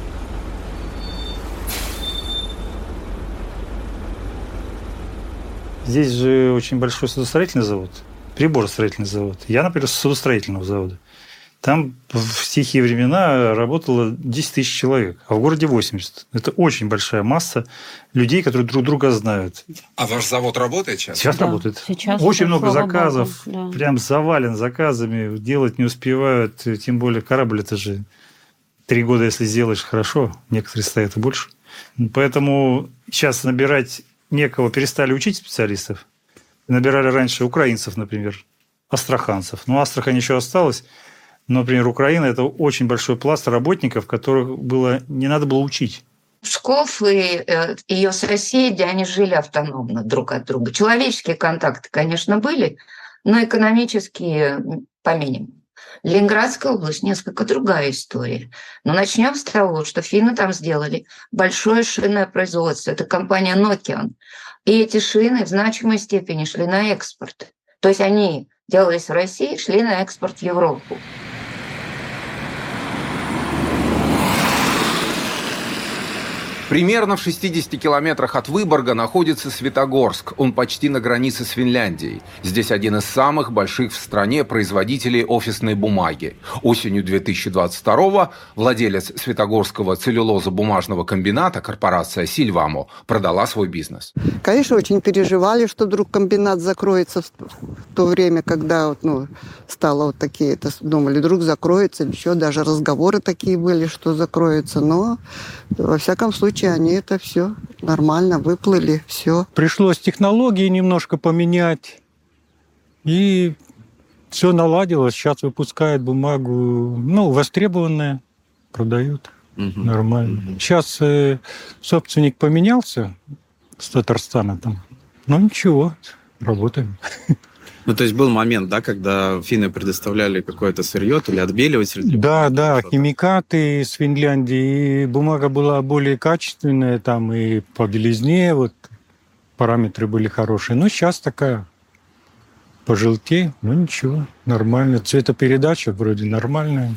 Здесь же очень большой судостроительный завод, приборостроительный завод. Я, например, с судостроительного завода. Там в тихие времена работало 10 тысяч человек, а в городе 80. Это очень большая масса людей, которые друг друга знают.
А ваш завод работает сейчас?
Сейчас работает. Сейчас очень много заказов, Богу, прям завален заказами, делать не успевают. Тем более корабль, это же 3 года, если сделаешь хорошо, некоторые стоят и больше. Поэтому сейчас набирать некого, перестали учить специалистов. Набирали раньше украинцев, например, астраханцев. Астрахань еще осталась. Но, например, Украина – это очень большой пласт работников, которых не надо было учить.
Псков и ее соседи, они жили автономно друг от друга. Человеческие контакты, конечно, были, но экономические по минимуму. Ленинградская область – несколько другая история. Но начнем с того, что финны там сделали большое шинное производство. Это компания Nokian. И эти шины в значимой степени шли на экспорт. То есть они делались в России, шли на экспорт в Европу.
Примерно в 60 километрах от Выборга находится Светогорск. Он почти на границе с Финляндией. Здесь один из самых больших в стране производителей офисной бумаги. Осенью 2022-го владелец Светогорского целлюлозо-бумажного комбината, корпорация «Сильвамо», продала свой бизнес.
Конечно, очень переживали, что вдруг комбинат закроется в то время, когда стало такие, думали, вдруг закроется, или еще даже разговоры такие были, что закроется. Но, во всяком случае, они это все нормально выплыли, все.
Пришлось технологии немножко поменять, и все наладилось. Сейчас выпускают бумагу, востребованная, продают нормально. Сейчас собственник поменялся с Татарстана там, но ничего, работаем.
То есть был момент, когда финны предоставляли какое-то сырье или отбеливатель?
Да, химикаты из Финляндии, и бумага была более качественная, там и по белизне, параметры были хорошие. Но сейчас такая пожелтей, ну ничего, нормально. Цветопередача вроде нормальная.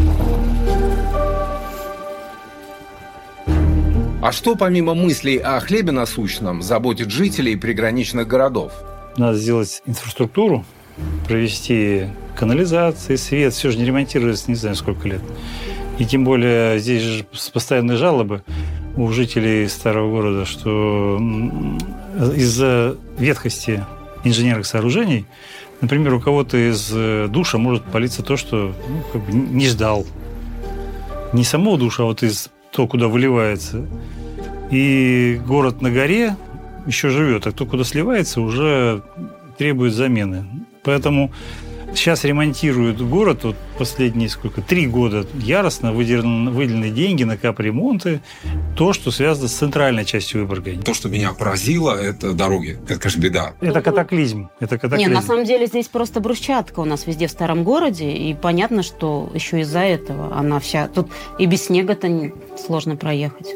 А что помимо мыслей о хлебе насущном заботит жителей приграничных городов?
Надо сделать инфраструктуру, провести канализации, свет. Все же не ремонтируется не знаю сколько лет. И тем более здесь же постоянные жалобы у жителей старого города, что из-за ветхости инженерных сооружений, например, у кого-то из душа может палиться то, что не ждал. Не самого душа, а вот из то, куда выливается. И город на горе еще живет, а то, куда сливается, уже требует замены. Поэтому сейчас ремонтируют город, вот последние 3 года яростно выделены деньги на капремонты, то, что связано с центральной частью Выборга.
То, что меня поразило, это дороги. Это, конечно, беда.
Это катаклизм.
Не, на самом деле здесь просто брусчатка у нас везде в старом городе, и понятно, что еще из-за этого она вся... Тут и без снега-то сложно проехать.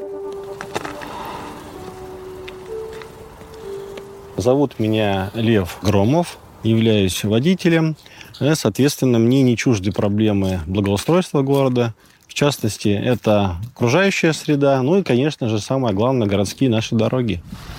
Зовут меня Лев Громов, являюсь водителем. Соответственно, мне не чужды проблемы благоустройства города. В частности, это окружающая среда, ну и, конечно же, самое главное, городские наши дороги.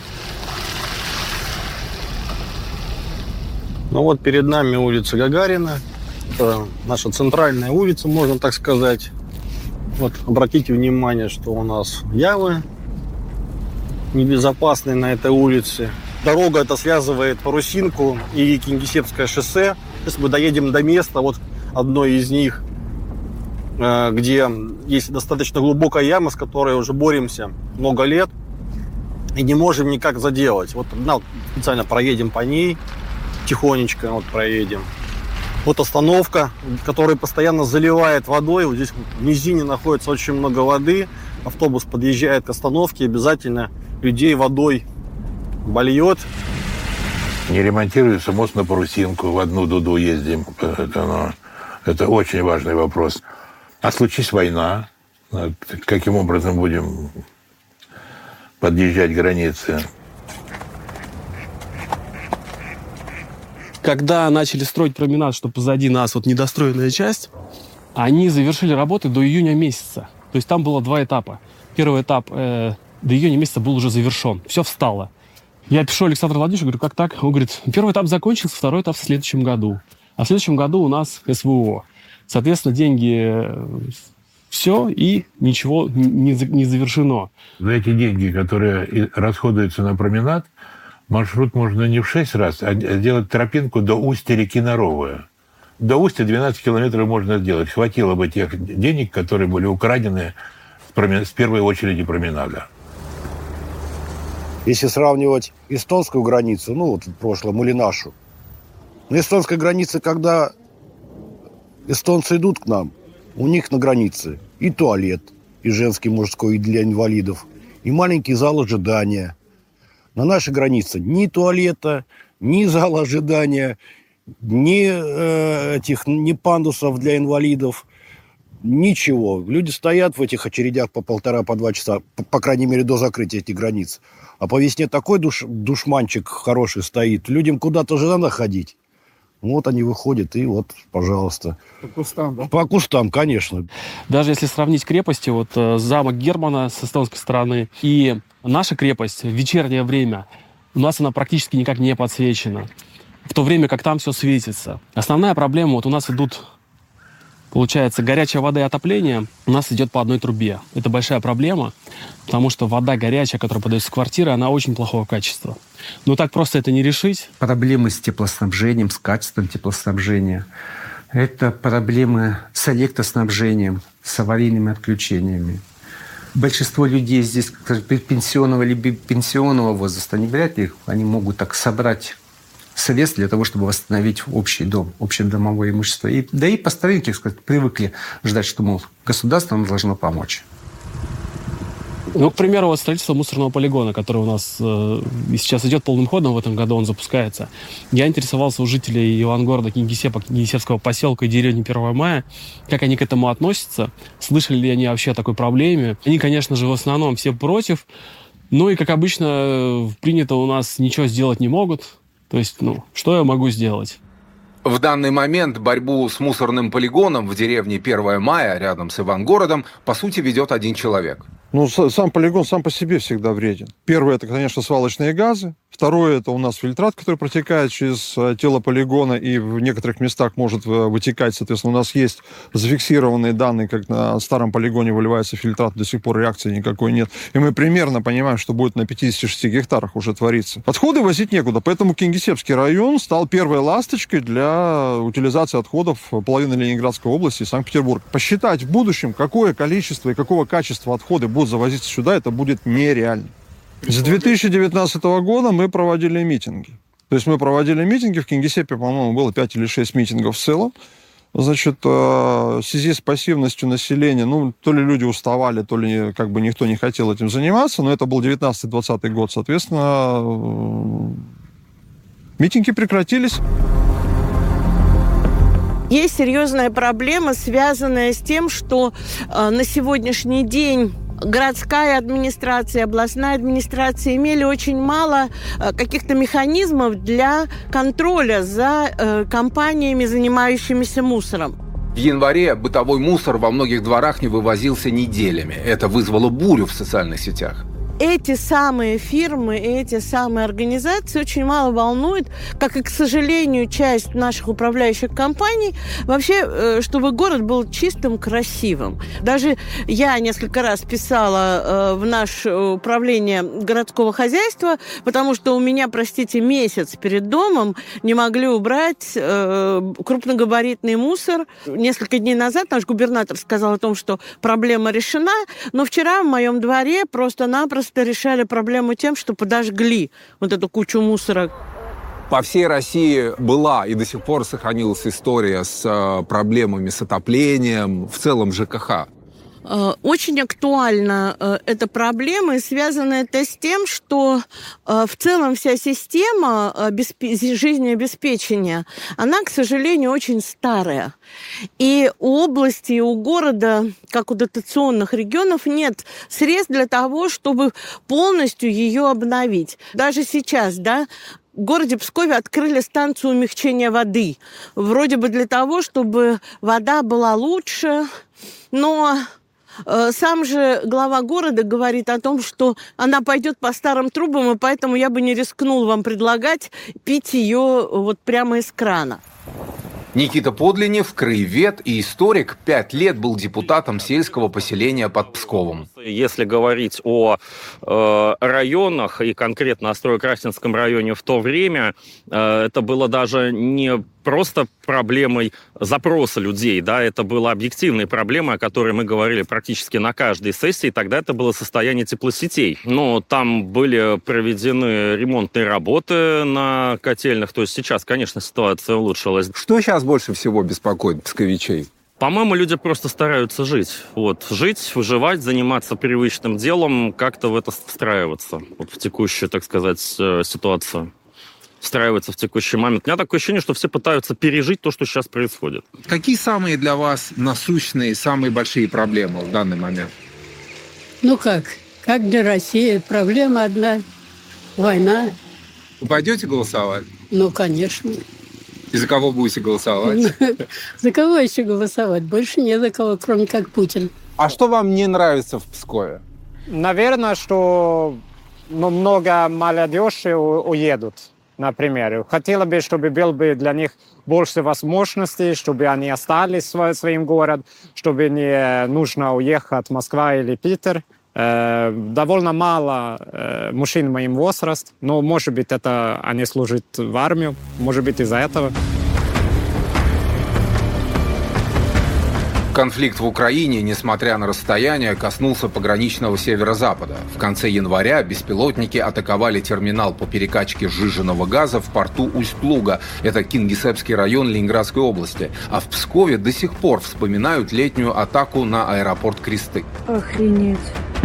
Ну вот перед нами улица Гагарина. Это наша центральная улица, можно так сказать. Вот обратите внимание, что у нас ямы небезопасные на этой улице. Дорога это связывает Парусинку и Кингисеппское шоссе. Если мы доедем до места, вот одной из них, где есть достаточно глубокая яма, с которой уже боремся много лет и не можем никак заделать. Вот специально проедем по ней, тихонечко вот проедем. Вот остановка, которая постоянно заливает водой. Вот здесь в низине находится очень много воды. Автобус подъезжает к остановке, обязательно людей водой больет.
Не ремонтируется мост на Парусинку, в одну дуду ездим. Это очень важный вопрос. А случись война, каким образом будем подъезжать к границе?
Когда начали строить променад, что позади нас вот недостроенная часть, они завершили работы до июня месяца. То есть там было 2 этапа. Первый этап до июня месяца был уже завершен. Все встало. Я пишу Александру Владимировичу, говорю, как так? Он говорит, первый этап закончился, второй этап в следующем году. А в следующем году у нас СВО. Соответственно, деньги все, и ничего не завершено.
За эти деньги, которые расходуются на променад, маршрут можно не в 6 раз, а сделать тропинку до устья реки Наровая. До устья 12 километров можно сделать. Хватило бы тех денег, которые были украдены с первой очереди променада.
Если сравнивать эстонскую границу, вот прошлому или нашу. На эстонской границе, когда эстонцы идут к нам, у них на границе и туалет, и женский, и мужской, и для инвалидов, и маленький зал ожидания. На нашей границе ни туалета, ни зала ожидания, ни пандусов для инвалидов, ничего. Люди стоят в этих очередях по 1,5-2 часа, по крайней мере, до закрытия этих границ. А по весне такой душманчик хороший стоит. Людям куда-то же надо ходить. Вот они выходят, и вот, пожалуйста.
По кустам, да?
По кустам, конечно.
Даже если сравнить крепости, вот замок Германа с эстонской стороны и наша крепость в вечернее время, у нас она практически никак не подсвечена. В то время как там все светится. Основная проблема, вот у нас идут, получается, горячая вода и отопление у нас идет по одной трубе. Это большая проблема, потому что вода горячая, которая подается в квартиры, она очень плохого качества. Но так просто это не решить.
Проблемы с теплоснабжением, с качеством теплоснабжения. Это проблемы с электроснабжением, с аварийными отключениями. Большинство людей здесь пенсионного либо пенсионного возраста, они вряд ли они могут так собрать средств для того, чтобы восстановить общий дом, общедомовое имущество. Да и по старинке, привыкли ждать, что, мол, государство нам должно помочь.
К примеру, вот строительство мусорного полигона, который у нас сейчас идет полным ходом, в этом году он запускается. Я интересовался у жителей Ивангорода, Кингисеппа, Кингисеппского поселка и деревни 1 мая, как они к этому относятся, слышали ли они вообще о такой проблеме. Они, конечно же, в основном все против,
Ну и, как обычно, принято у нас ничего сделать не могут. То есть, что я могу сделать?
В данный момент борьбу с мусорным полигоном в деревне 1 мая, рядом с Ивангородом, по сути, ведет один человек.
Сам полигон сам по себе всегда вреден. Первое, это, конечно, свалочные газы. Второе, это у нас фильтрат, который протекает через тело полигона и в некоторых местах может вытекать. Соответственно, у нас есть зафиксированные данные, как на старом полигоне выливается фильтрат, до сих пор реакции никакой нет. И мы примерно понимаем, что будет на 56 гектарах уже твориться. Отходы возить некуда, поэтому Кингисеппский район стал первой ласточкой для утилизации отходов половины Ленинградской области и Санкт-Петербурга. Посчитать в будущем, какое количество и какого качества отходы будут завозиться сюда, это будет нереально. С 2019 года мы проводили митинги. То есть мы проводили митинги, в Кингисеппе, по-моему, было 5 или 6 митингов в целом. Значит, в связи с пассивностью населения, то ли люди уставали, то ли никто не хотел этим заниматься, но это был 19-20 год, соответственно, митинги прекратились.
Есть серьезная проблема, связанная с тем, что на сегодняшний день городская администрация, областная администрация имели очень мало каких-то механизмов для контроля за компаниями, занимающимися мусором.
В январе бытовой мусор во многих дворах не вывозился неделями. Это вызвало бурю в социальных сетях.
Эти самые фирмы, эти самые организации очень мало волнуют, как и, к сожалению, часть наших управляющих компаний, вообще, чтобы город был чистым, красивым. Даже я несколько раз писала в наше управление городского хозяйства, потому что у меня, простите, месяц перед домом не могли убрать крупногабаритный мусор. Несколько дней назад наш губернатор сказал о том, что проблема решена, но вчера в моем дворе просто-напросто решали проблему тем, что подожгли вот эту кучу мусора.
По всей России была и до сих пор сохранилась история с проблемами с отоплением, в целом жкх.
Очень актуальна эта проблема, и связано это с тем, что в целом вся система жизнеобеспечения, она, к сожалению, очень старая. И у области, и у города, как у дотационных регионов, нет средств для того, чтобы полностью ее обновить. Даже сейчас, в городе Пскове открыли станцию умягчения воды. Вроде бы для того, чтобы вода была лучше, но сам же глава города говорит о том, что она пойдет по старым трубам, и поэтому я бы не рискнул вам предлагать пить ее вот прямо из крана.
Никита Подлинев, краевед и историк, 5 лет был депутатом сельского поселения под Псковом.
Если говорить о районах, и конкретно о Строекрасинском районе в то время, это было даже не просто проблемой запроса людей, это было объективной проблемой, о которой мы говорили практически на каждой сессии. Тогда это было состояние теплосетей. Но там были проведены ремонтные работы на котельных. То есть сейчас, конечно, ситуация улучшилась.
Что сейчас больше всего беспокоит псковичей?
По-моему, люди просто стараются жить. Жить, выживать, заниматься привычным делом, как-то в это встраиваться. В текущую, так сказать, ситуацию. Встраиваться в текущий момент. У меня такое ощущение, что все пытаются пережить то, что сейчас происходит.
Какие самые для вас насущные, самые большие проблемы в данный момент?
Как для России? Проблема одна. Война.
Вы пойдете голосовать?
Конечно.
И за кого будете голосовать?
За кого еще голосовать? Больше не за кого, кроме как Путин.
А что вам не нравится в Пскове?
Наверное, что много молодежи уедут, например. Хотела бы, чтобы был бы для них больше возможностей, чтобы они остались в своем городе, чтобы не нужно уехать в Москву или Питер. Довольно мало мужчин в моем возрасте, но, может быть, это они служат в армию, может быть, из-за этого.
Конфликт в Украине, несмотря на расстояние, коснулся пограничного северо-запада. В конце января беспилотники атаковали терминал по перекачке сжиженного газа в порту Усть-Луга. Это Кингисеппский район Ленинградской области. А в Пскове до сих пор вспоминают летнюю атаку на аэропорт Кресты.
Охренеть.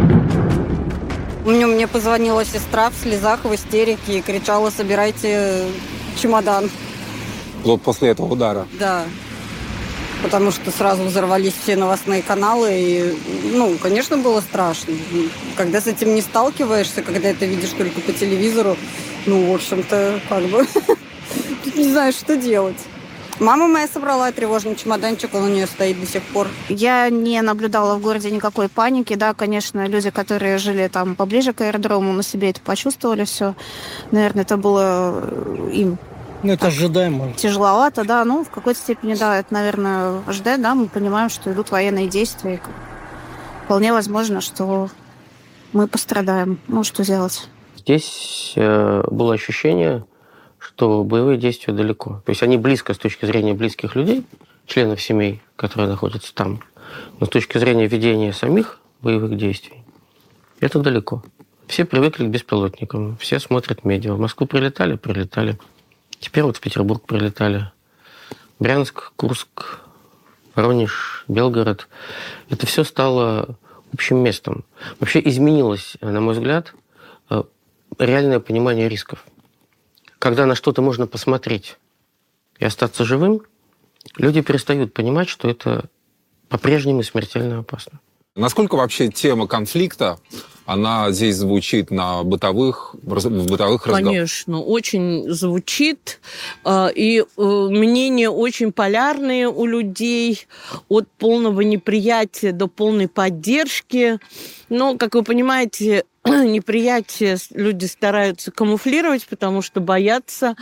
Мне позвонила сестра в слезах, в истерике и кричала: собирайте чемодан.
После этого удара?
Да. потому что сразу взорвались все новостные каналы. И, конечно, было страшно. Когда с этим не сталкиваешься, когда это видишь только по телевизору, в общем-то, тут не знаешь, что делать. Мама моя собрала тревожный чемоданчик, он у нее стоит до сих пор.
Я не наблюдала в городе никакой паники. Да, конечно, люди, которые жили там поближе к аэродрому, на себе это почувствовали все. Наверное, это было им
это ожидаемо.
Тяжеловато, да. В какой-то степени, да, это, наверное, ожидает, да. Мы понимаем, что идут военные действия. И вполне возможно, что мы пострадаем. Что делать?
Здесь было ощущение, что боевые действия далеко. То есть они близко с точки зрения близких людей, членов семей, которые находятся там. Но с точки зрения ведения самих боевых действий, это далеко. Все привыкли к беспилотникам, все смотрят медиа. В Москву прилетали. Теперь в Петербург прилетали. Брянск, Курск, Воронеж, Белгород. Это все стало общим местом. Вообще изменилось, на мой взгляд, реальное понимание рисков. Когда на что-то можно посмотреть и остаться живым, люди перестают понимать, что это по-прежнему смертельно опасно.
Насколько вообще тема конфликта, она здесь звучит в бытовых разговорах?
Конечно, очень звучит. И мнения очень полярные у людей, от полного неприятия до полной поддержки. Но, как вы понимаете, неприятие люди стараются камуфлировать, потому что боятся.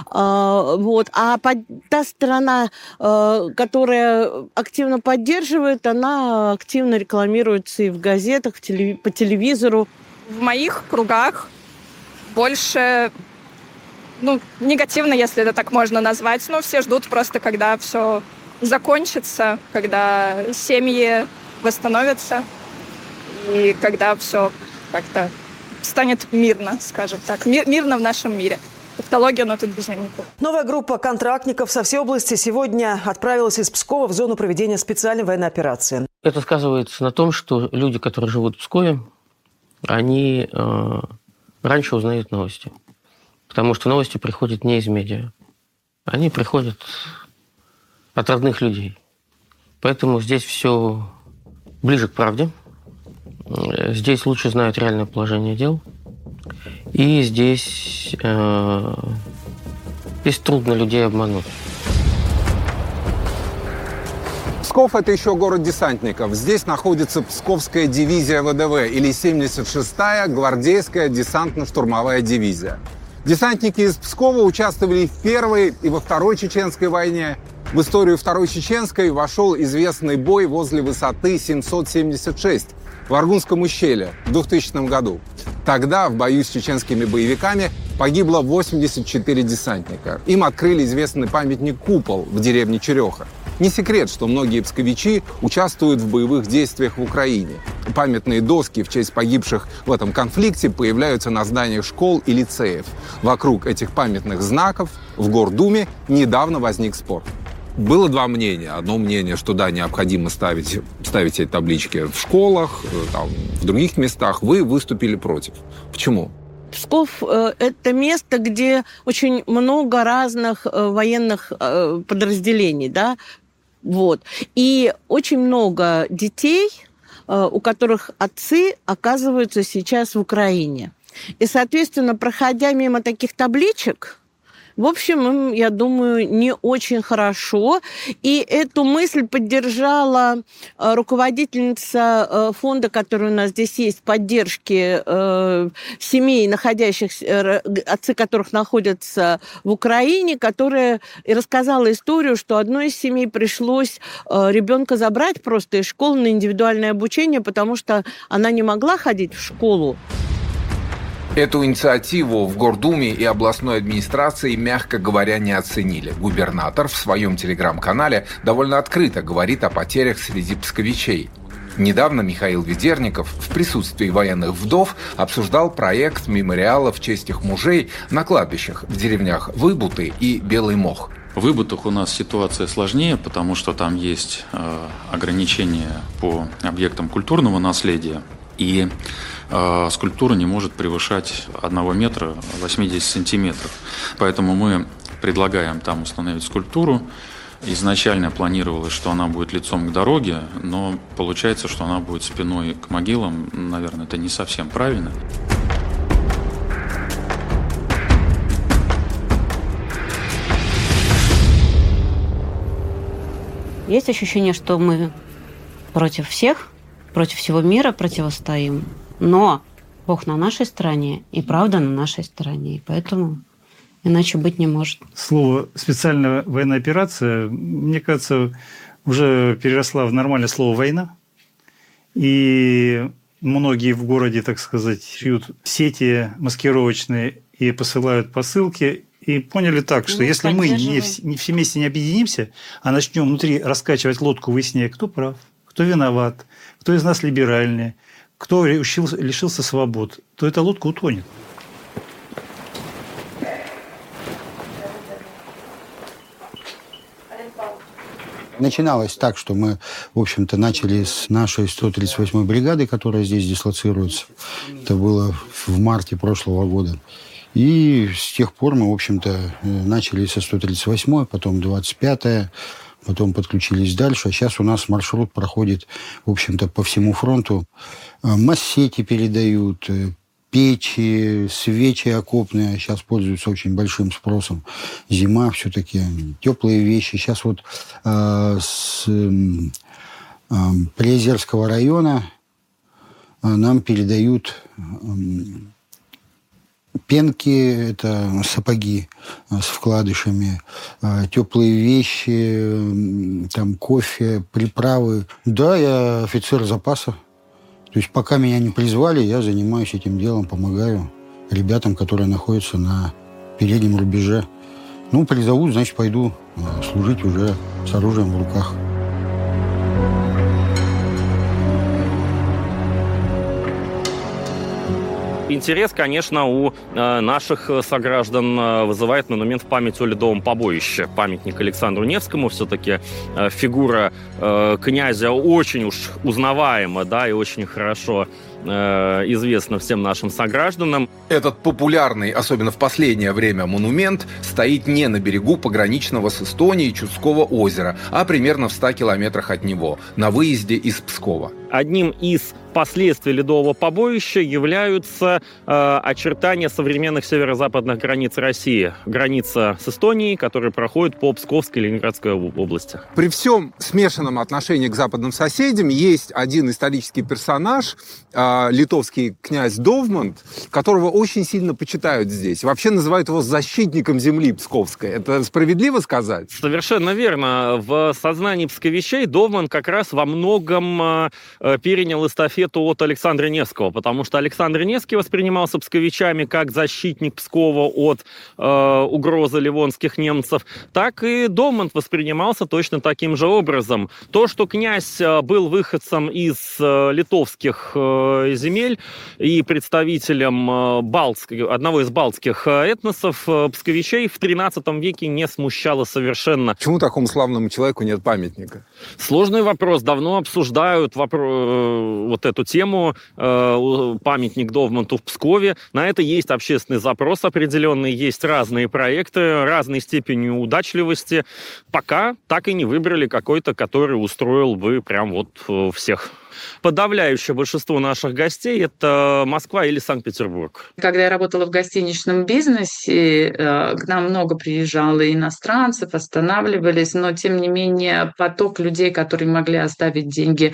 А та сторона, которая активно поддерживает, она активно рекламируется и в газетах, по телевизору.
В моих кругах больше, негативно, если это так можно назвать. Все ждут просто, когда все закончится, когда семьи восстановятся и когда все как-то станет мирно, скажем так. Мирно в нашем мире. Тавтология, но тут без нее никуда.
Новая группа контрактников со всей области сегодня отправилась из Пскова в зону проведения специальной военной операции.
Это сказывается на том, что люди, которые живут в Пскове, они раньше узнают новости. Потому что новости приходят не из медиа. Они приходят от родных людей. Поэтому здесь все ближе к правде. Здесь лучше знают реальное положение дел. И здесь трудно людей обмануть.
Псков – это еще город десантников. Здесь находится Псковская дивизия ВДВ или 76-я гвардейская десантно-штурмовая дивизия. Десантники из Пскова участвовали в Первой и во Второй Чеченской войне. В историю Второй Чеченской вошел известный бой возле высоты 776 в Аргунском ущелье в 2000 году. Тогда в бою с чеченскими боевиками погибло 84 десантника. Им открыли известный памятник «Купол» в деревне Череха. Не секрет, что многие псковичи участвуют в боевых действиях в Украине. Памятные доски в честь погибших в этом конфликте появляются на зданиях школ и лицеев. Вокруг этих памятных знаков в Гордуме недавно возник спор. Было два мнения. Одно мнение, что да, необходимо ставить эти таблички в школах, в других местах. Вы выступили против. Почему?
Псков – это место, где очень много разных военных подразделений, да, И очень много детей, у которых отцы оказываются сейчас в Украине. И, соответственно, проходя мимо таких табличек, в общем, им, я думаю, не очень хорошо. И эту мысль поддержала руководительница фонда, который у нас здесь есть, поддержки семей, отцы которых находятся в Украине, которая и рассказала историю, что одной из семей пришлось ребенка забрать просто из школы на индивидуальное обучение, потому что она не могла ходить в школу.
Эту инициативу в Гордуме и областной администрации, мягко говоря, не оценили. Губернатор в своем телеграм-канале довольно открыто говорит о потерях среди псковичей. Недавно Михаил Ведерников в присутствии военных вдов обсуждал проект мемориала в честь их мужей на кладбищах в деревнях Выбуты и Белый Мох.
В Выбутах у нас ситуация сложнее, потому что там есть ограничения по объектам культурного наследия. И скульптура не может превышать 1 метра 80 сантиметров. Поэтому мы предлагаем там установить скульптуру Изначально планировалось, что она будет лицом к дороге, но получается, что она будет спиной к могилам. Наверное, это не совсем правильно.
Есть ощущение, что мы против всех, против всего мира противостоим, но Бог на нашей стороне и правда на нашей стороне, и поэтому иначе быть не может.
Слово «специальная военная операция», мне кажется, уже переросла в нормальное слово «война». И многие в городе, так сказать, шьют сети маскировочные и посылают посылки. И поняли так, что если мы не все вместе не объединимся, а начнем внутри раскачивать лодку, выясняя, кто прав, кто виноват, кто из нас либеральнее, кто лишился свобод, то эта лодка утонет.
Начиналось так, что мы, в общем-то, начали с нашей 138-й бригады, которая здесь дислоцируется. Это было в марте прошлого года. И с тех пор мы, в общем-то, начали со 138-й, потом 25-я, потом подключились дальше. А сейчас у нас маршрут проходит, в общем-то, по всему фронту. Массети передают, печи, свечи окопные сейчас пользуются очень большим спросом. Зима все-таки, теплые вещи. Сейчас вот с Приозерского района нам передают пенки, это сапоги с вкладышами, теплые вещи, там кофе, приправы. Да, я офицер запаса. То есть пока меня не призвали, я занимаюсь этим делом, помогаю ребятам, которые находятся на переднем рубеже. Ну, призовут, значит, пойду служить уже с оружием в руках.
Интерес, конечно, у наших сограждан вызывает монумент в память о Ледовом побоище. Памятник Александру Невскому. Все-таки фигура князя очень уж узнаваема, да, и очень хорошо известно всем нашим согражданам.
Этот популярный, особенно в последнее время, монумент стоит не на берегу пограничного с Эстонией Чудского озера, а примерно в 100 километрах от него, на выезде из Пскова.
Одним из последствий Ледового побоища являются очертания современных северо-западных границ России. Граница с Эстонией, которая проходит по Псковской и Ленинградской области.
При всем смешанном отношении к западным соседям есть один исторический персонаж, литовский князь Довмант, которого очень сильно почитают здесь. Вообще называют его защитником земли псковской. Это справедливо сказать?
Совершенно верно. В сознании псковичей Довмант как раз во многом перенял эстафету от Александра Невского, потому что Александр Невский воспринимался псковичами как защитник Пскова от угрозы ливонских немцев, так и Довмант воспринимался точно таким же образом. То, что князь был выходцем из литовских земель и представителем одного из балтских этносов, псковичей в XIII веке не смущало совершенно.
Почему такому славному человеку нет памятника?
Сложный вопрос. Давно обсуждают вот эту тему, памятник Довманту в Пскове. На это есть общественный запрос определенный, есть разные проекты, разной степенью удачливости. Пока так и не выбрали какой-то, который устроил бы прям вот всех. Подавляющее большинство наших гостей – это Москва или Санкт-Петербург.
Когда я работала в гостиничном бизнесе, к нам много приезжало иностранцев, останавливались, но, тем не менее, поток людей, которые могли оставить деньги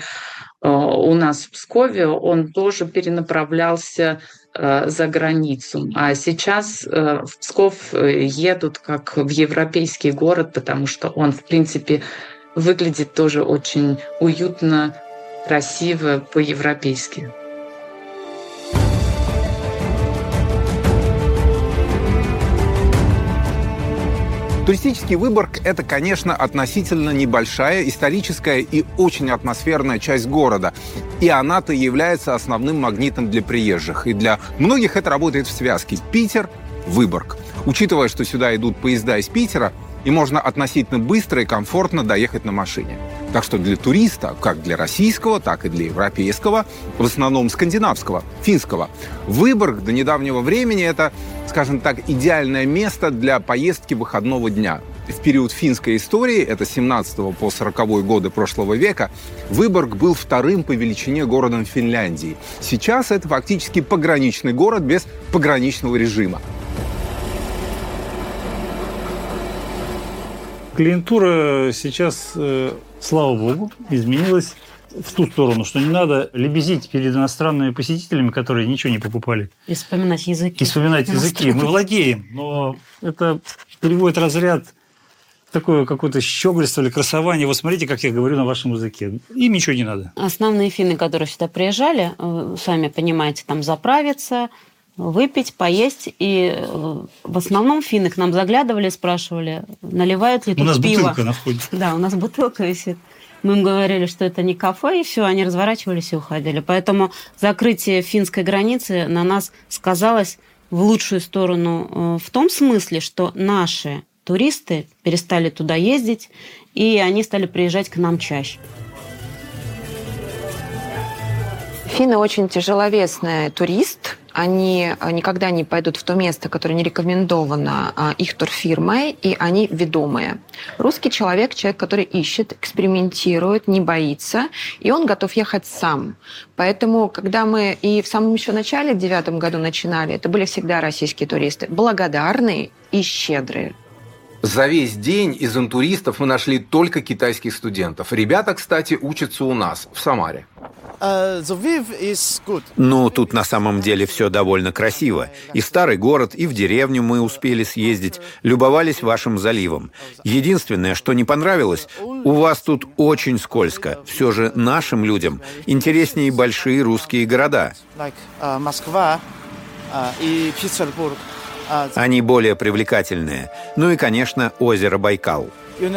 у нас в Пскове, он тоже перенаправлялся за границу. А сейчас в Псков едут как в европейский город, потому что он, в принципе, выглядит тоже очень уютно, красиво, по-европейски.
Туристический Выборг – это, конечно, относительно небольшая, историческая и очень атмосферная часть города. И она-то является основным магнитом для приезжих. И для многих это работает в связке Питер-Выборг. Учитывая, что сюда идут поезда из Питера, и можно относительно быстро и комфортно доехать на машине. Так что для туриста, как для российского, так и для европейского, в основном скандинавского, финского, Выборг до недавнего времени – это, скажем так, идеальное место для поездки выходного дня. В период финской истории, это с 17 по 40 годы прошлого века, Выборг был вторым по величине городом Финляндии. Сейчас это фактически пограничный город без пограничного режима.
Клиентура сейчас, слава богу, изменилась в ту сторону, что не надо лебезить перед иностранными посетителями, которые ничего не покупали.
И вспоминать языки.
И вспоминать языки. Мы владеем, но это переводит разряд такое какое-то щеголевство или красование. Вот смотрите, как я говорю на вашем языке. Им ничего не надо.
Основные финны, которые сюда приезжали, сами понимаете, там заправиться, выпить, поесть. И в основном финны к нам заглядывали, спрашивали, наливают ли тут пиво.
У нас бутылка на входе.
Да, у нас бутылка висит. Мы им говорили, что это не кафе, и все, они разворачивались и уходили. Поэтому закрытие финской границы на нас сказалось в лучшую сторону в том смысле, что наши туристы перестали туда ездить, и они стали приезжать к нам чаще.
Финны очень тяжеловесный турист. Они никогда не пойдут в то место, которое не рекомендовано их турфирмой, и они ведомые. Русский человек, который ищет, экспериментирует, не боится, и он готов ехать сам. Поэтому, когда мы и в самом еще начале, в 2009 году начинали, это были всегда российские туристы, благодарные и щедрые.
За весь день из интуристов мы нашли только китайских студентов. Ребята, кстати, учатся у нас, в Самаре.
Ну, тут на самом деле все довольно красиво. И старый город, и в деревню мы успели съездить, любовались вашим заливом. Единственное, что не понравилось, у вас тут очень скользко. Все же нашим людям интереснее большие русские города.
Москва и Петербург.
Они более привлекательные. Ну и, конечно, озеро Байкал.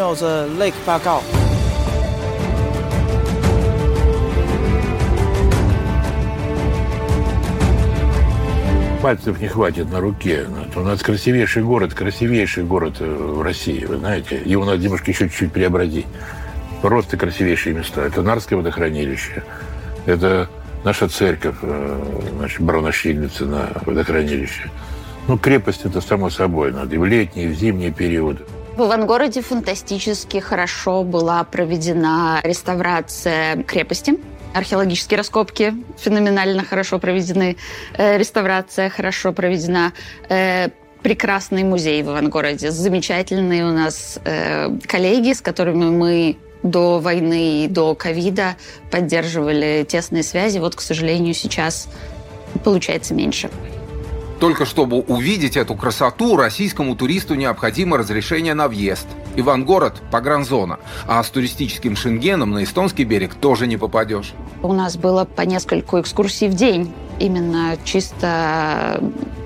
Пальцев не хватит на руке. У нас красивейший город в России, вы знаете. Его надо немножко еще чуть-чуть преобразить. Просто красивейшие места. Это Нарское водохранилище, это наша церковь, наша Броношильница на водохранилище. Ну, крепость это само собой, надо и в летний, и в зимний период.
В Ивангороде фантастически хорошо была проведена реставрация крепости. Археологические раскопки феноменально хорошо проведены. Реставрация хорошо проведена. Прекрасный музей в Ивангороде. Замечательные у нас коллеги, с которыми мы до войны и до ковида поддерживали тесные связи. Вот, к сожалению, сейчас получается меньше.
Только чтобы увидеть эту красоту, российскому туристу необходимо разрешение на въезд. Ивангород – погранзона, а с туристическим шенгеном на эстонский берег тоже не попадешь.
У нас было по нескольку экскурсий в день, именно чисто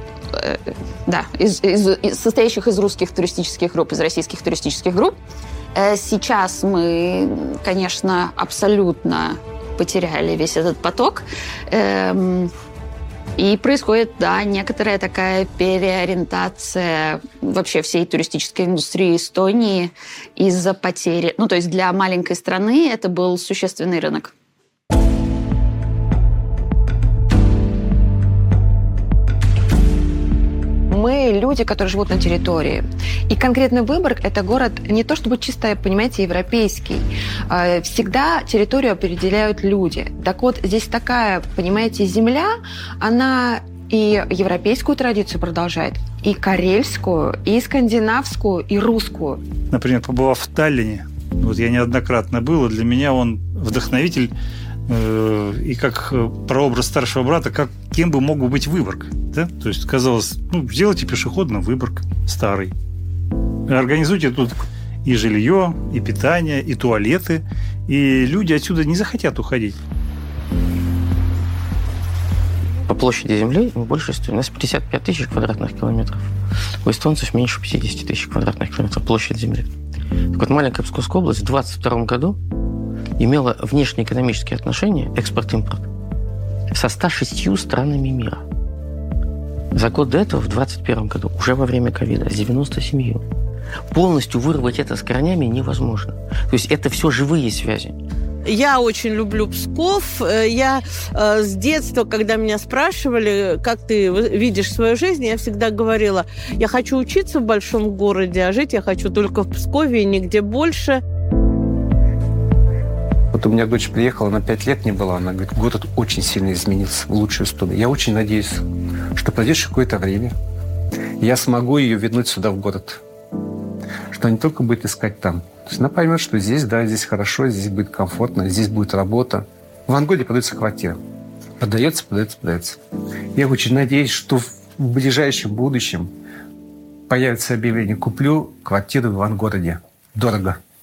состоящих из русских туристических групп, из российских туристических групп. Сейчас мы, конечно, абсолютно потеряли весь этот поток. И происходит, некоторая такая переориентация вообще всей туристической индустрии Эстонии из-за потери. Ну, то есть для маленькой страны это был существенный рынок.
Мы люди, которые живут на территории. И конкретно Выборг – это город не то чтобы чисто, понимаете, европейский. Всегда территорию определяют люди. Так вот, здесь такая, понимаете, земля, она и европейскую традицию продолжает, и карельскую, и скандинавскую, и русскую.
Например, побывав в Таллине, вот я неоднократно был, и для меня он вдохновитель и как прообраз старшего брата, кем бы мог бы быть Выборг. Да? То есть казалось, сделайте пешеходный Выборг старый. Организуйте тут и жилье, и питание, и туалеты, и люди отсюда не захотят уходить.
По площади земли в большинстве у нас 55 тысяч квадратных километров. У эстонцев меньше 50 тысяч квадратных километров площадь земли. Так вот, маленькая Псковская область в 2022 году имела внешнеэкономические отношения, экспорт-импорт, со 106 странами мира. За год до этого, в 2021 году, уже во время ковида, с 97. Полностью вырвать это с корнями невозможно. То есть это все живые связи.
Я очень люблю Псков. Я с детства, когда меня спрашивали, как ты видишь свою жизнь, я всегда говорила, я хочу учиться в большом городе, а жить я хочу только в Пскове и нигде больше.
Вот у меня дочь приехала, она 5 лет не была, она говорит, город очень сильно изменился в лучшую сторону. Я очень надеюсь, что пройдет какое-то время, и я смогу ее вернуть сюда, в город. Что она не только будет искать там. То есть она поймет, что здесь, да, здесь хорошо, здесь будет комфортно, здесь будет работа. В Ивангороде продается квартира. Продается. Я очень надеюсь, что в ближайшем будущем появится объявление «Куплю квартиру в Ивангороде. Дорого».